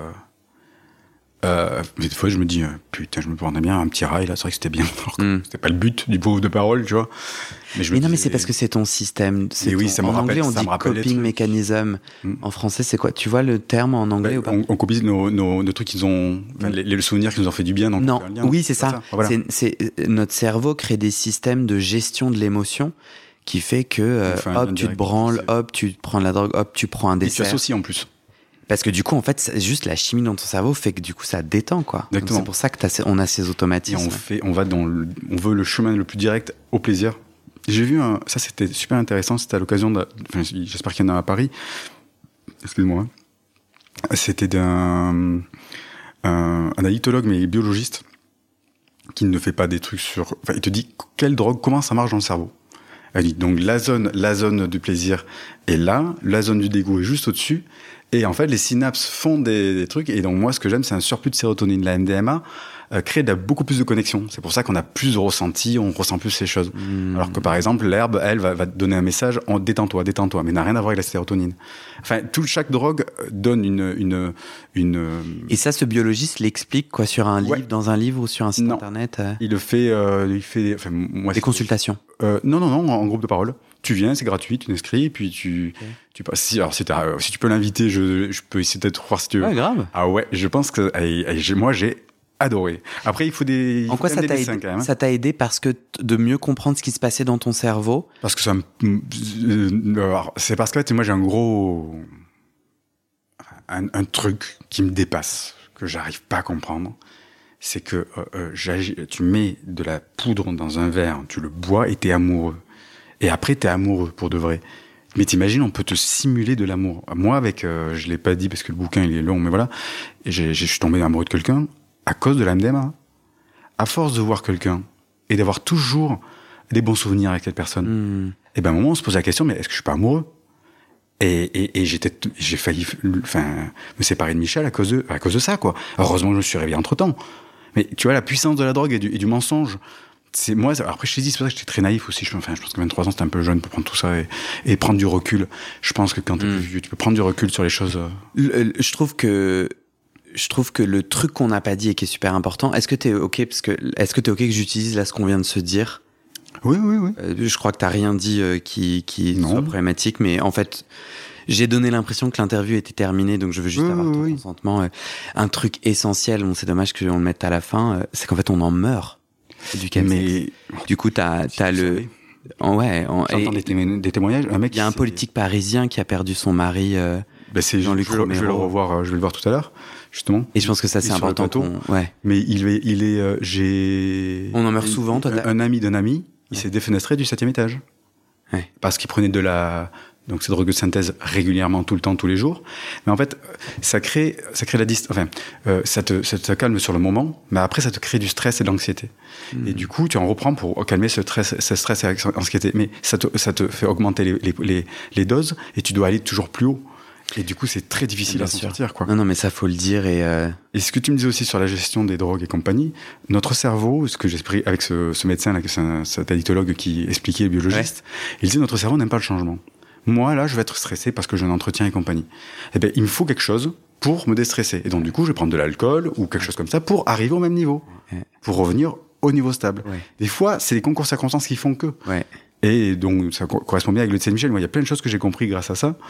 mais des fois, je me dis, putain, je me prendrais bien un petit rail, là, c'est vrai que c'était bien. Alors que c'était pas le but du groupe de parole, tu vois. Mais non, mais c'est parce que c'est ton système. Oui, ça me rappelle. En anglais, on dit coping mechanism. En français, c'est quoi? Tu vois le terme en anglais ou pas? On copie nos trucs qu'ils ont, les souvenirs qui nous ont fait du bien. Donc non, oui, c'est ça. Voilà. Notre cerveau crée des systèmes de gestion de l'émotion qui fait que, hop, tu te branles, hop, tu prends de la drogue, hop, tu prends un dessert. Et tu associes en plus. Parce que du coup, en fait, juste la chimie dans ton cerveau fait que du coup, ça détend, quoi. Exactement. C'est pour ça que on a ces automatismes. Et on veut le chemin le plus direct au plaisir. J'ai vu ça c'était super intéressant, c'était à l'occasion j'espère qu'il y en a à Paris. Excuse-moi. C'était d'un un addictologue mais biologiste qui ne fait pas des trucs il te dit quelle drogue, comment ça marche dans le cerveau. Elle dit donc la zone du plaisir est là, la zone du dégoût est juste au-dessus. Et en fait, les synapses font des trucs. Et donc, moi, ce que j'aime, c'est un surplus de sérotonine. La MDMA crée beaucoup plus de connexions. C'est pour ça qu'on a plus de ressenti, on ressent plus ces choses. Alors que, par exemple, l'herbe, elle, va te donner un message en détends-toi, mais n'a rien à voir avec la sérotonine. Enfin, chaque drogue donne une... Et ça, ce biologiste l'explique, quoi, sur un livre, dans un livre ou sur un site internet Il le fait... des consultations non, en groupe de parole. Tu viens, c'est gratuit, tu t'inscris, puis tu passes. Si tu peux l'inviter, je peux essayer de te voir si tu veux. Ouais, grave. Ah ouais, je pense que moi j'ai adoré. Après, il faut des. En quoi ça t'a aidé, ça t'a aidé parce que de mieux comprendre ce qui se passait dans ton cerveau? Parce que c'est parce que moi j'ai un truc qui me dépasse, que j'arrive pas à comprendre. C'est que tu mets de la poudre dans un verre, tu le bois et t'es amoureux. Et après, t'es amoureux, pour de vrai. Mais t'imagines, on peut te simuler de l'amour. Moi, je l'ai pas dit parce que le bouquin, il est long, mais voilà. Et je suis tombé amoureux de quelqu'un à cause de la MDMA. À force de voir quelqu'un et d'avoir toujours des bons souvenirs avec cette personne. Et ben, à un moment, on se pose la question, mais est-ce que je suis pas amoureux? Et j'ai failli, me séparer de Michel à cause de ça, quoi. Heureusement, je me suis réveillé entre temps. Mais tu vois, la puissance de la drogue et du mensonge. Après, je t'ai dit, c'est pour ça que j'étais très naïf aussi. Je pense que 23 ans, c'était un peu jeune pour prendre tout ça et prendre du recul. Je pense que quand t'es plus vieux, tu peux prendre du recul sur les choses. Je trouve que le truc qu'on n'a pas dit et qui est super important, est-ce que t'es OK que j'utilise là ce qu'on vient de se dire? Oui. Je crois que t'as rien dit qui soit problématique, mais en fait, j'ai donné l'impression que l'interview était terminée, donc je veux juste avoir ton consentement. Un truc essentiel, c'est dommage qu'on le mette à la fin, c'est qu'en fait, on en meurt du chemsex. Mais du coup, t'as le... J'entends des témoignages. Il y a un politique parisien qui a perdu son mari, c'est Jean-Luc Romero. Je vais le revoir, je vais le voir tout à l'heure, justement. Et je pense que ça, c'est important. Mais on en meurt souvent, toi. Un ami d'un ami, il s'est défenestré du 7e étage. Ouais. Parce qu'il prenait donc ces drogues de synthèse régulièrement, tout le temps, tous les jours. Mais en fait, ça crée la distance. Ça te calme sur le moment, mais après, ça te crée du stress et de l'anxiété. Et du coup, tu en reprends pour calmer ce stress et l'anxiété. Mais ça te fait augmenter les doses et tu dois aller toujours plus haut. Et du coup, c'est très difficile à s'en sortir, quoi. Non, mais ça, faut le dire. Et ce que tu me disais aussi sur la gestion des drogues et compagnie, notre cerveau, ce que j'ai expliqué avec ce médecin, cet addictologue qui expliquait, le biologiste, il disait notre cerveau n'aime pas le changement. Moi, là, je vais être stressé parce que j'ai un entretien et compagnie. Eh ben, il me faut quelque chose pour me déstresser. Et donc, du coup, je vais prendre de l'alcool ou quelque chose comme ça pour arriver au même niveau. Pour revenir au niveau stable. Des fois, c'est les concours circonstances qui font que. Et donc, ça correspond bien avec le Tsé Michel. Moi, il y a plein de choses que j'ai compris grâce à ça.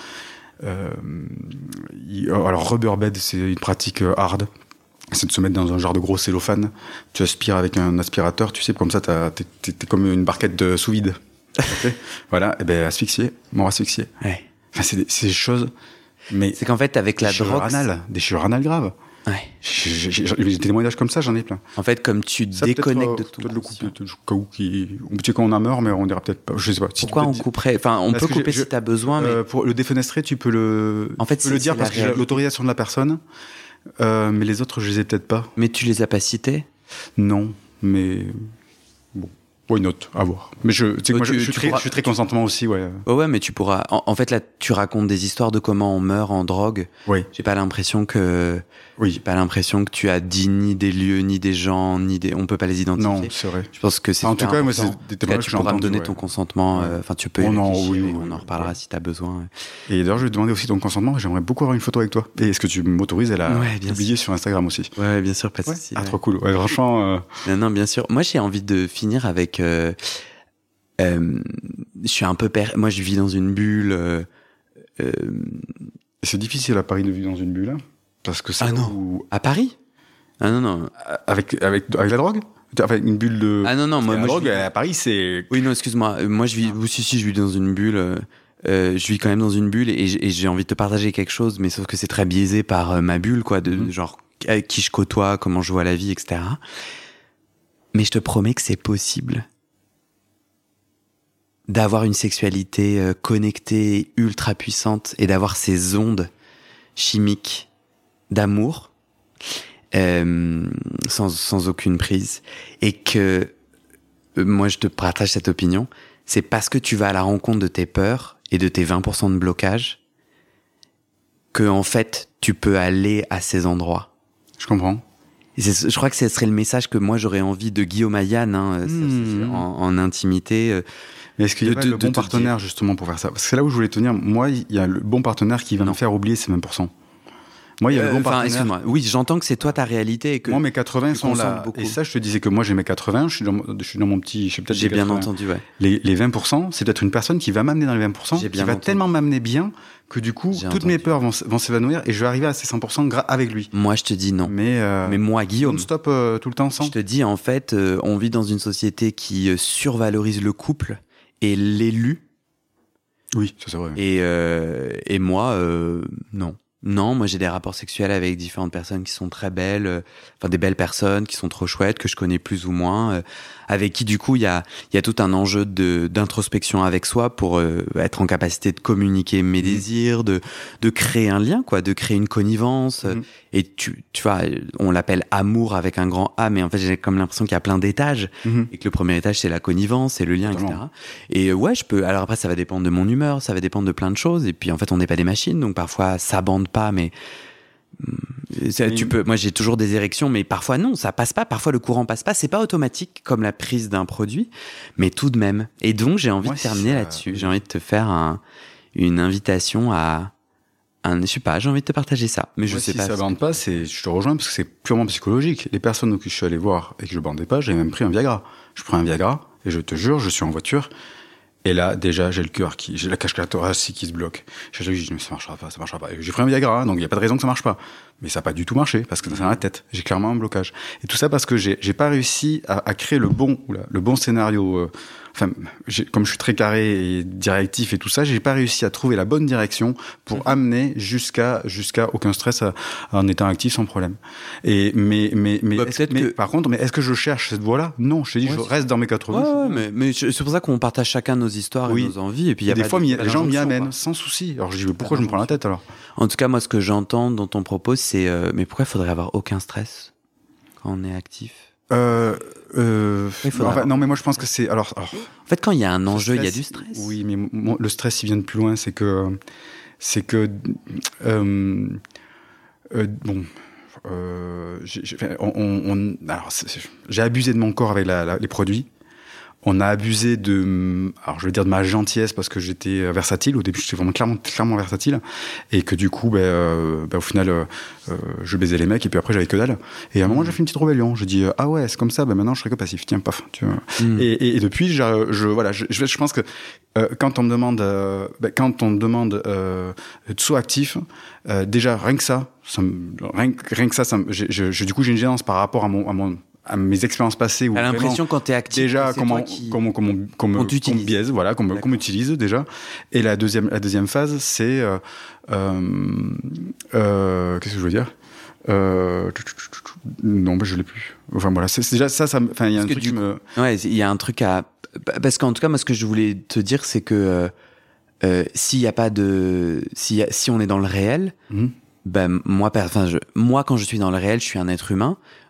Alors, rubber bed, c'est une pratique hard. C'est de se mettre dans un genre de gros cellophane. Tu aspires avec un aspirateur, tu sais, comme ça, t'es comme une barquette de sous-vide. Okay. Voilà, et mort asphyxié. Enfin, c'est des choses, mais c'est qu'en fait, avec la drogue, des déchirures anales graves. J'ai des témoignages comme ça, j'en ai plein. En fait, comme tu déconnectes de tout. Quand on en meurt, mais on dira peut-être pas. Je sais pas. Pourquoi on couperait? Enfin, on peut couper si t'as besoin, mais pour le défenestrer, tu peux le. En fait, le dire parce que j'ai l'autorisation de la personne, mais les autres, je les ai peut-être pas. Mais tu les as pas cités? Non, mais bon. Why not? À voir. Mais tu sais que moi, je suis très consentement aussi, ouais. Ouais, mais tu pourras. En fait, là, tu racontes des histoires de comment on meurt en drogue. Oui. J'ai pas l'impression que tu as dit ni des lieux, ni des gens, on peut pas les identifier. Non, c'est vrai. Je pense que c'est. En tout cas, moi, c'est des témoignages que que tu pourras me donner ouais. ton consentement. Enfin, tu peux. On en reparlera si t'as besoin. Et d'ailleurs, je vais te demander aussi ton consentement. J'aimerais beaucoup avoir une photo avec toi. Et est-ce que tu m'autorises à la publier sur Instagram aussi? Ouais, bien sûr, pas de souci. Ah, trop cool. Ouais, franchement. Non, bien sûr. Moi, j'ai envie de finir avec. Je suis un peu moi, je vis dans une bulle. C'est difficile à Paris de vivre dans une bulle, hein, parce que c'est à Paris. Ah non. Avec la drogue. Avec une bulle de. Ah non, moi, la drogue à Paris, c'est. Oui, non, excuse-moi. Moi, je vis. Si, je vis dans une bulle. Je vis quand même dans une bulle et j'ai envie de te partager quelque chose, mais sauf que c'est très biaisé par ma bulle, quoi, de genre avec qui je côtoie, comment je vois la vie, etc. Mais je te promets que c'est possible d'avoir une sexualité connectée, ultra puissante, et d'avoir ces ondes chimiques d'amour sans aucune prise, et que moi je te partage cette opinion, c'est parce que tu vas à la rencontre de tes peurs et de tes 20% de blocage que en fait tu peux aller à ces endroits. Je comprends. Je crois que ce serait le message que moi j'aurais envie de Guillaume Ayane en intimité. Mais est-ce qu'il y a le bon partenaire justement pour faire ça? Parce que c'est là où je voulais tenir. Moi, il y a le bon partenaire qui va me faire oublier ces 20%. Moi, il y a le bon partenaire. Excuse-moi. Oui, j'entends que c'est toi ta réalité et que moi mes 80 sont là. Beaucoup. Et ça, je te disais que moi j'ai mes 80. Je suis dans mon petit. J'ai bien entendu. Ouais. Les 20%, c'est peut-être une personne qui va m'amener dans les 20%, qui va tellement m'amener bien que du coup toutes mes peurs vont s'évanouir et je vais arriver à ces 100% avec lui. Moi, je te dis non. Mais moi, Guillaume, non-stop tout le temps ensemble. Je te dis en fait, on vit dans une société qui survalorise le couple et l'élu. Oui, ça c'est vrai. Et moi, non. Non, moi j'ai des rapports sexuels avec différentes personnes qui sont très belles, enfin des belles personnes qui sont trop chouettes, que je connais plus ou moins, avec qui du coup il y a tout un enjeu d'introspection avec soi pour être en capacité de communiquer mes désirs, de créer un lien, quoi, de créer une connivence. Et tu vois, on l'appelle amour avec un grand A, mais en fait j'ai comme l'impression qu'il y a plein d'étages et que le premier étage c'est la connivence, c'est le lien, etc. Et ouais, je peux. Alors après ça va dépendre de mon humeur, ça va dépendre de plein de choses. Et puis en fait on n'est pas des machines, donc parfois ça bande pas, mais tu peux. Moi j'ai toujours des érections, mais parfois non, ça passe pas. Parfois le courant passe pas. C'est pas automatique comme la prise d'un produit, mais tout de même. Et donc j'ai envie de terminer là-dessus. J'ai envie de te faire une invitation à je sais pas, j'ai envie de te partager ça, mais je sais pas. Si ça bande pas, je te rejoins parce que c'est purement psychologique. Les personnes que je suis allé voir et que je bandais pas, j'ai même pris un Viagra. Je prends un Viagra et je te jure, je suis en voiture. Et là, déjà, j'ai la cage thoracique qui se bloque. Je dis, mais ça marchera pas. Et j'ai pris un Viagra, donc il y a pas de raison que ça marche pas. Mais ça a pas du tout marché, parce que c'est dans la tête. J'ai clairement un blocage. Et tout ça parce que j'ai pas réussi à créer le bon scénario. Comme je suis très carré et directif et tout ça, j'ai pas réussi à trouver la bonne direction pour amener jusqu'à aucun stress en étant actif sans problème. Par contre, est-ce que je cherche cette voie-là? Non, je te dis, je reste dans mes 80. Ouais, mais c'est pour ça qu'on partage chacun nos histoires et nos envies. Et puis des fois, les gens m'y amènent sans souci. Alors je dis, mais pourquoi je me prends la tête alors? En tout cas, moi, ce que j'entends dans ton propos, c'est mais pourquoi il faudrait avoir aucun stress quand on est actif? Non, mais moi je pense que c'est alors. En fait, quand il y a un enjeu, il y a du stress. Oui, mais le stress il vient de plus loin. C'est que j'ai abusé de mon corps avec les produits. On a abusé de ma gentillesse parce que j'étais versatile. Au début, j'étais vraiment clairement versatile. Et que du coup, au final, je baisais les mecs et puis après, j'avais que dalle. Et à un moment, j'ai fait une petite rébellion. J'ai dit, ah ouais, c'est comme ça, maintenant, je serai que passif. Tiens, paf. Tu vois. Et depuis, je pense que quand on me demande, de saut actif, déjà, rien que ça, du coup, j'ai une gênance par rapport à mes expériences passées. T'as l'impression quand t'es actif, déjà qu'on me biaise, voilà, qu'on m'utilise déjà. Et la deuxième phase, c'est qu'est-ce que je veux dire? Non, je l'ai plus. Enfin voilà, c'est déjà ça. Enfin, il y a un truc Ouais, il y a un truc à. Parce qu'en tout cas, moi, ce que je voulais te dire, c'est que s'il y a pas de, si on est dans le réel. Moi, quand je suis dans le réel, je suis un être humain.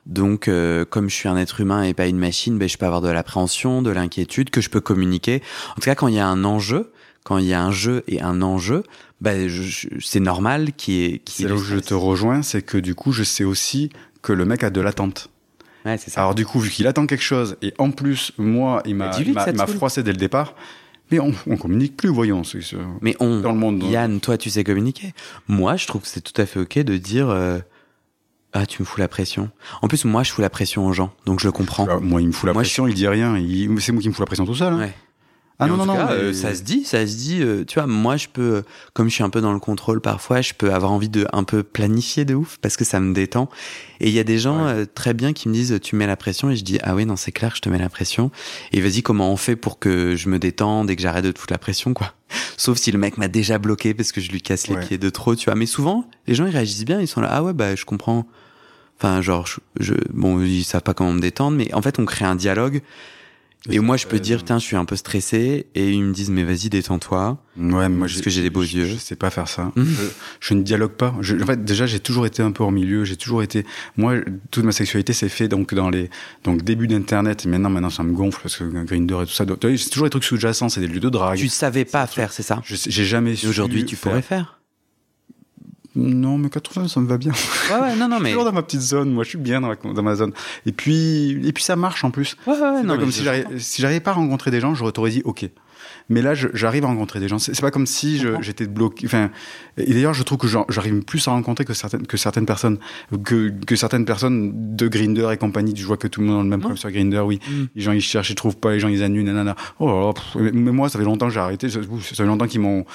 Donc, comme je suis un être humain et pas une machine, je peux avoir de l'appréhension, de l'inquiétude, que je peux communiquer. En tout cas, quand il y a un enjeu, quand il y a un jeu et un enjeu, c'est normal qu'il y ait c'est là où je te rejoins, c'est que du coup, je sais aussi que le mec a de l'attente. Ouais, c'est ça. Alors du coup, vu qu'il attend quelque chose, et en plus, moi, il m'a froissé dès le départ, mais on communique plus, voyons. Mais dans le monde. Yann, toi, tu sais communiquer. Moi, je trouve que c'est tout à fait ok de dire ah, tu me fous la pression. En plus, moi, je fous la pression aux gens, donc je le comprends. Moi, il me fout la pression, il dit rien. C'est moi qui me fous la pression tout seul. Hein. Ouais. Ah non, ça se dit. Tu vois, moi, je peux, comme je suis un peu dans le contrôle parfois, je peux avoir envie de un peu planifier de ouf parce que ça me détend. Et il y a des gens très bien qui me disent, tu mets la pression, et je dis, ah oui, non, c'est clair, je te mets la pression. Et vas-y, comment on fait pour que je me détende et que j'arrête de te foutre la pression, quoi. Sauf si le mec m'a déjà bloqué parce que je lui casse les pieds de trop, tu vois. Mais souvent, les gens, ils réagissent bien, ils sont là, ah ouais, je comprends. Enfin, genre, bon, ils savent pas comment me détendre, mais en fait, on crée un dialogue. Et moi, je peux dire, tiens, je suis un peu stressé, et ils me disent, mais vas-y, détends-toi. Ouais, moi, parce que j'ai des beaux yeux. Je sais pas faire ça. Je ne dialogue pas. En fait, déjà, j'ai toujours été un peu hors milieu. Moi, toute ma sexualité s'est fait donc début d'internet. Et maintenant, ça me gonfle parce que Grindr et tout ça. C'est toujours des trucs sous-jacents, c'est des lieux de drague. Tu savais pas faire, c'est ça? J'ai jamais su. Aujourd'hui, tu pourrais faire. Non, mais 80, ça me va bien. Ouais, non, mais. Je suis toujours dans ma petite zone, moi, je suis bien dans ma zone. Et puis ça marche en plus. Ouais, non, comme si j'arrivais pas à rencontrer des gens, j'aurais dit ok. Mais là, j'arrive à rencontrer des gens. C'est pas comme si j'étais bloqué. Enfin, et d'ailleurs, je trouve que j'arrive plus à rencontrer que certaines personnes, que certaines personnes de Grindr et compagnie. Je vois que tout le monde a le même problème sur Grindr. Oui, les gens ils cherchent, ils trouvent pas, les gens ils annulent, nanana. Oh là là, mais moi, ça fait longtemps que j'ai arrêté. Ça fait longtemps qu'ils m'ont.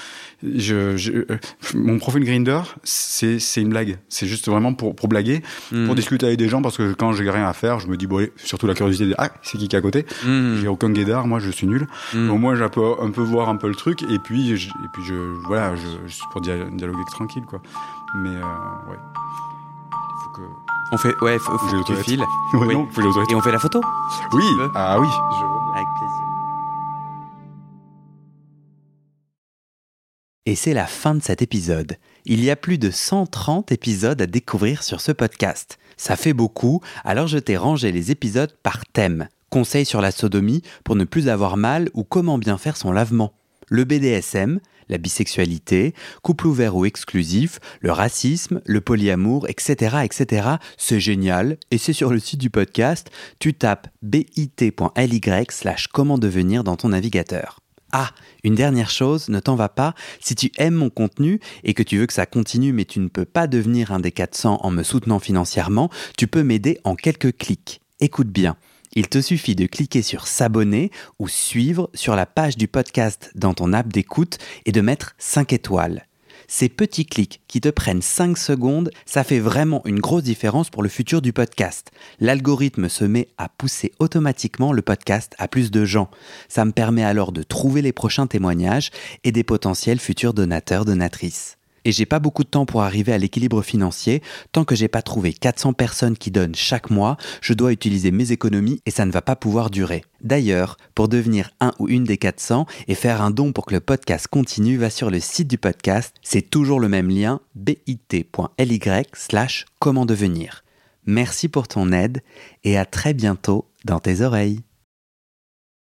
Mon profil Grindr, c'est une blague. C'est juste vraiment pour blaguer, pour discuter avec des gens, parce que quand j'ai rien à faire, je me dis bon, allez, surtout la curiosité de c'est qui est à côté. J'ai aucun guédard, moi, je suis nul. Au moins, j'ai un peu voir un peu le truc, et puis je pour dialoguer tranquille, quoi. Mais ouais, il faut que faut que tu files. Ouais, non, et on fait la photo. Oui. Ah oui. Avec plaisir. Et c'est la fin de cet épisode. Il y a plus de 130 épisodes à découvrir sur ce podcast. Ça fait beaucoup, alors je t'ai rangé les épisodes par thème. Conseils sur la sodomie pour ne plus avoir mal ou comment bien faire son lavement. Le BDSM, la bisexualité, couple ouvert ou exclusif, le racisme, le polyamour, etc. etc. C'est génial et c'est sur le site du podcast. Tu tapes bit.ly/comment devenir dans ton navigateur. Ah, une dernière chose, ne t'en va pas, si tu aimes mon contenu et que tu veux que ça continue mais tu ne peux pas devenir un des 400 en me soutenant financièrement, tu peux m'aider en quelques clics. Écoute bien. Il te suffit de cliquer sur s'abonner ou suivre sur la page du podcast dans ton app d'écoute et de mettre 5 étoiles. Ces petits clics qui te prennent 5 secondes, ça fait vraiment une grosse différence pour le futur du podcast. L'algorithme se met à pousser automatiquement le podcast à plus de gens. Ça me permet alors de trouver les prochains témoignages et des potentiels futurs donateurs, donatrices. Et j'ai pas beaucoup de temps pour arriver à l'équilibre financier. Tant que j'ai pas trouvé 400 personnes qui donnent chaque mois, je dois utiliser mes économies et ça ne va pas pouvoir durer. D'ailleurs, pour devenir un ou une des 400 et faire un don pour que le podcast continue, va sur le site du podcast. C'est toujours le même lien, bit.ly/comment devenir. Merci pour ton aide et à très bientôt dans tes oreilles.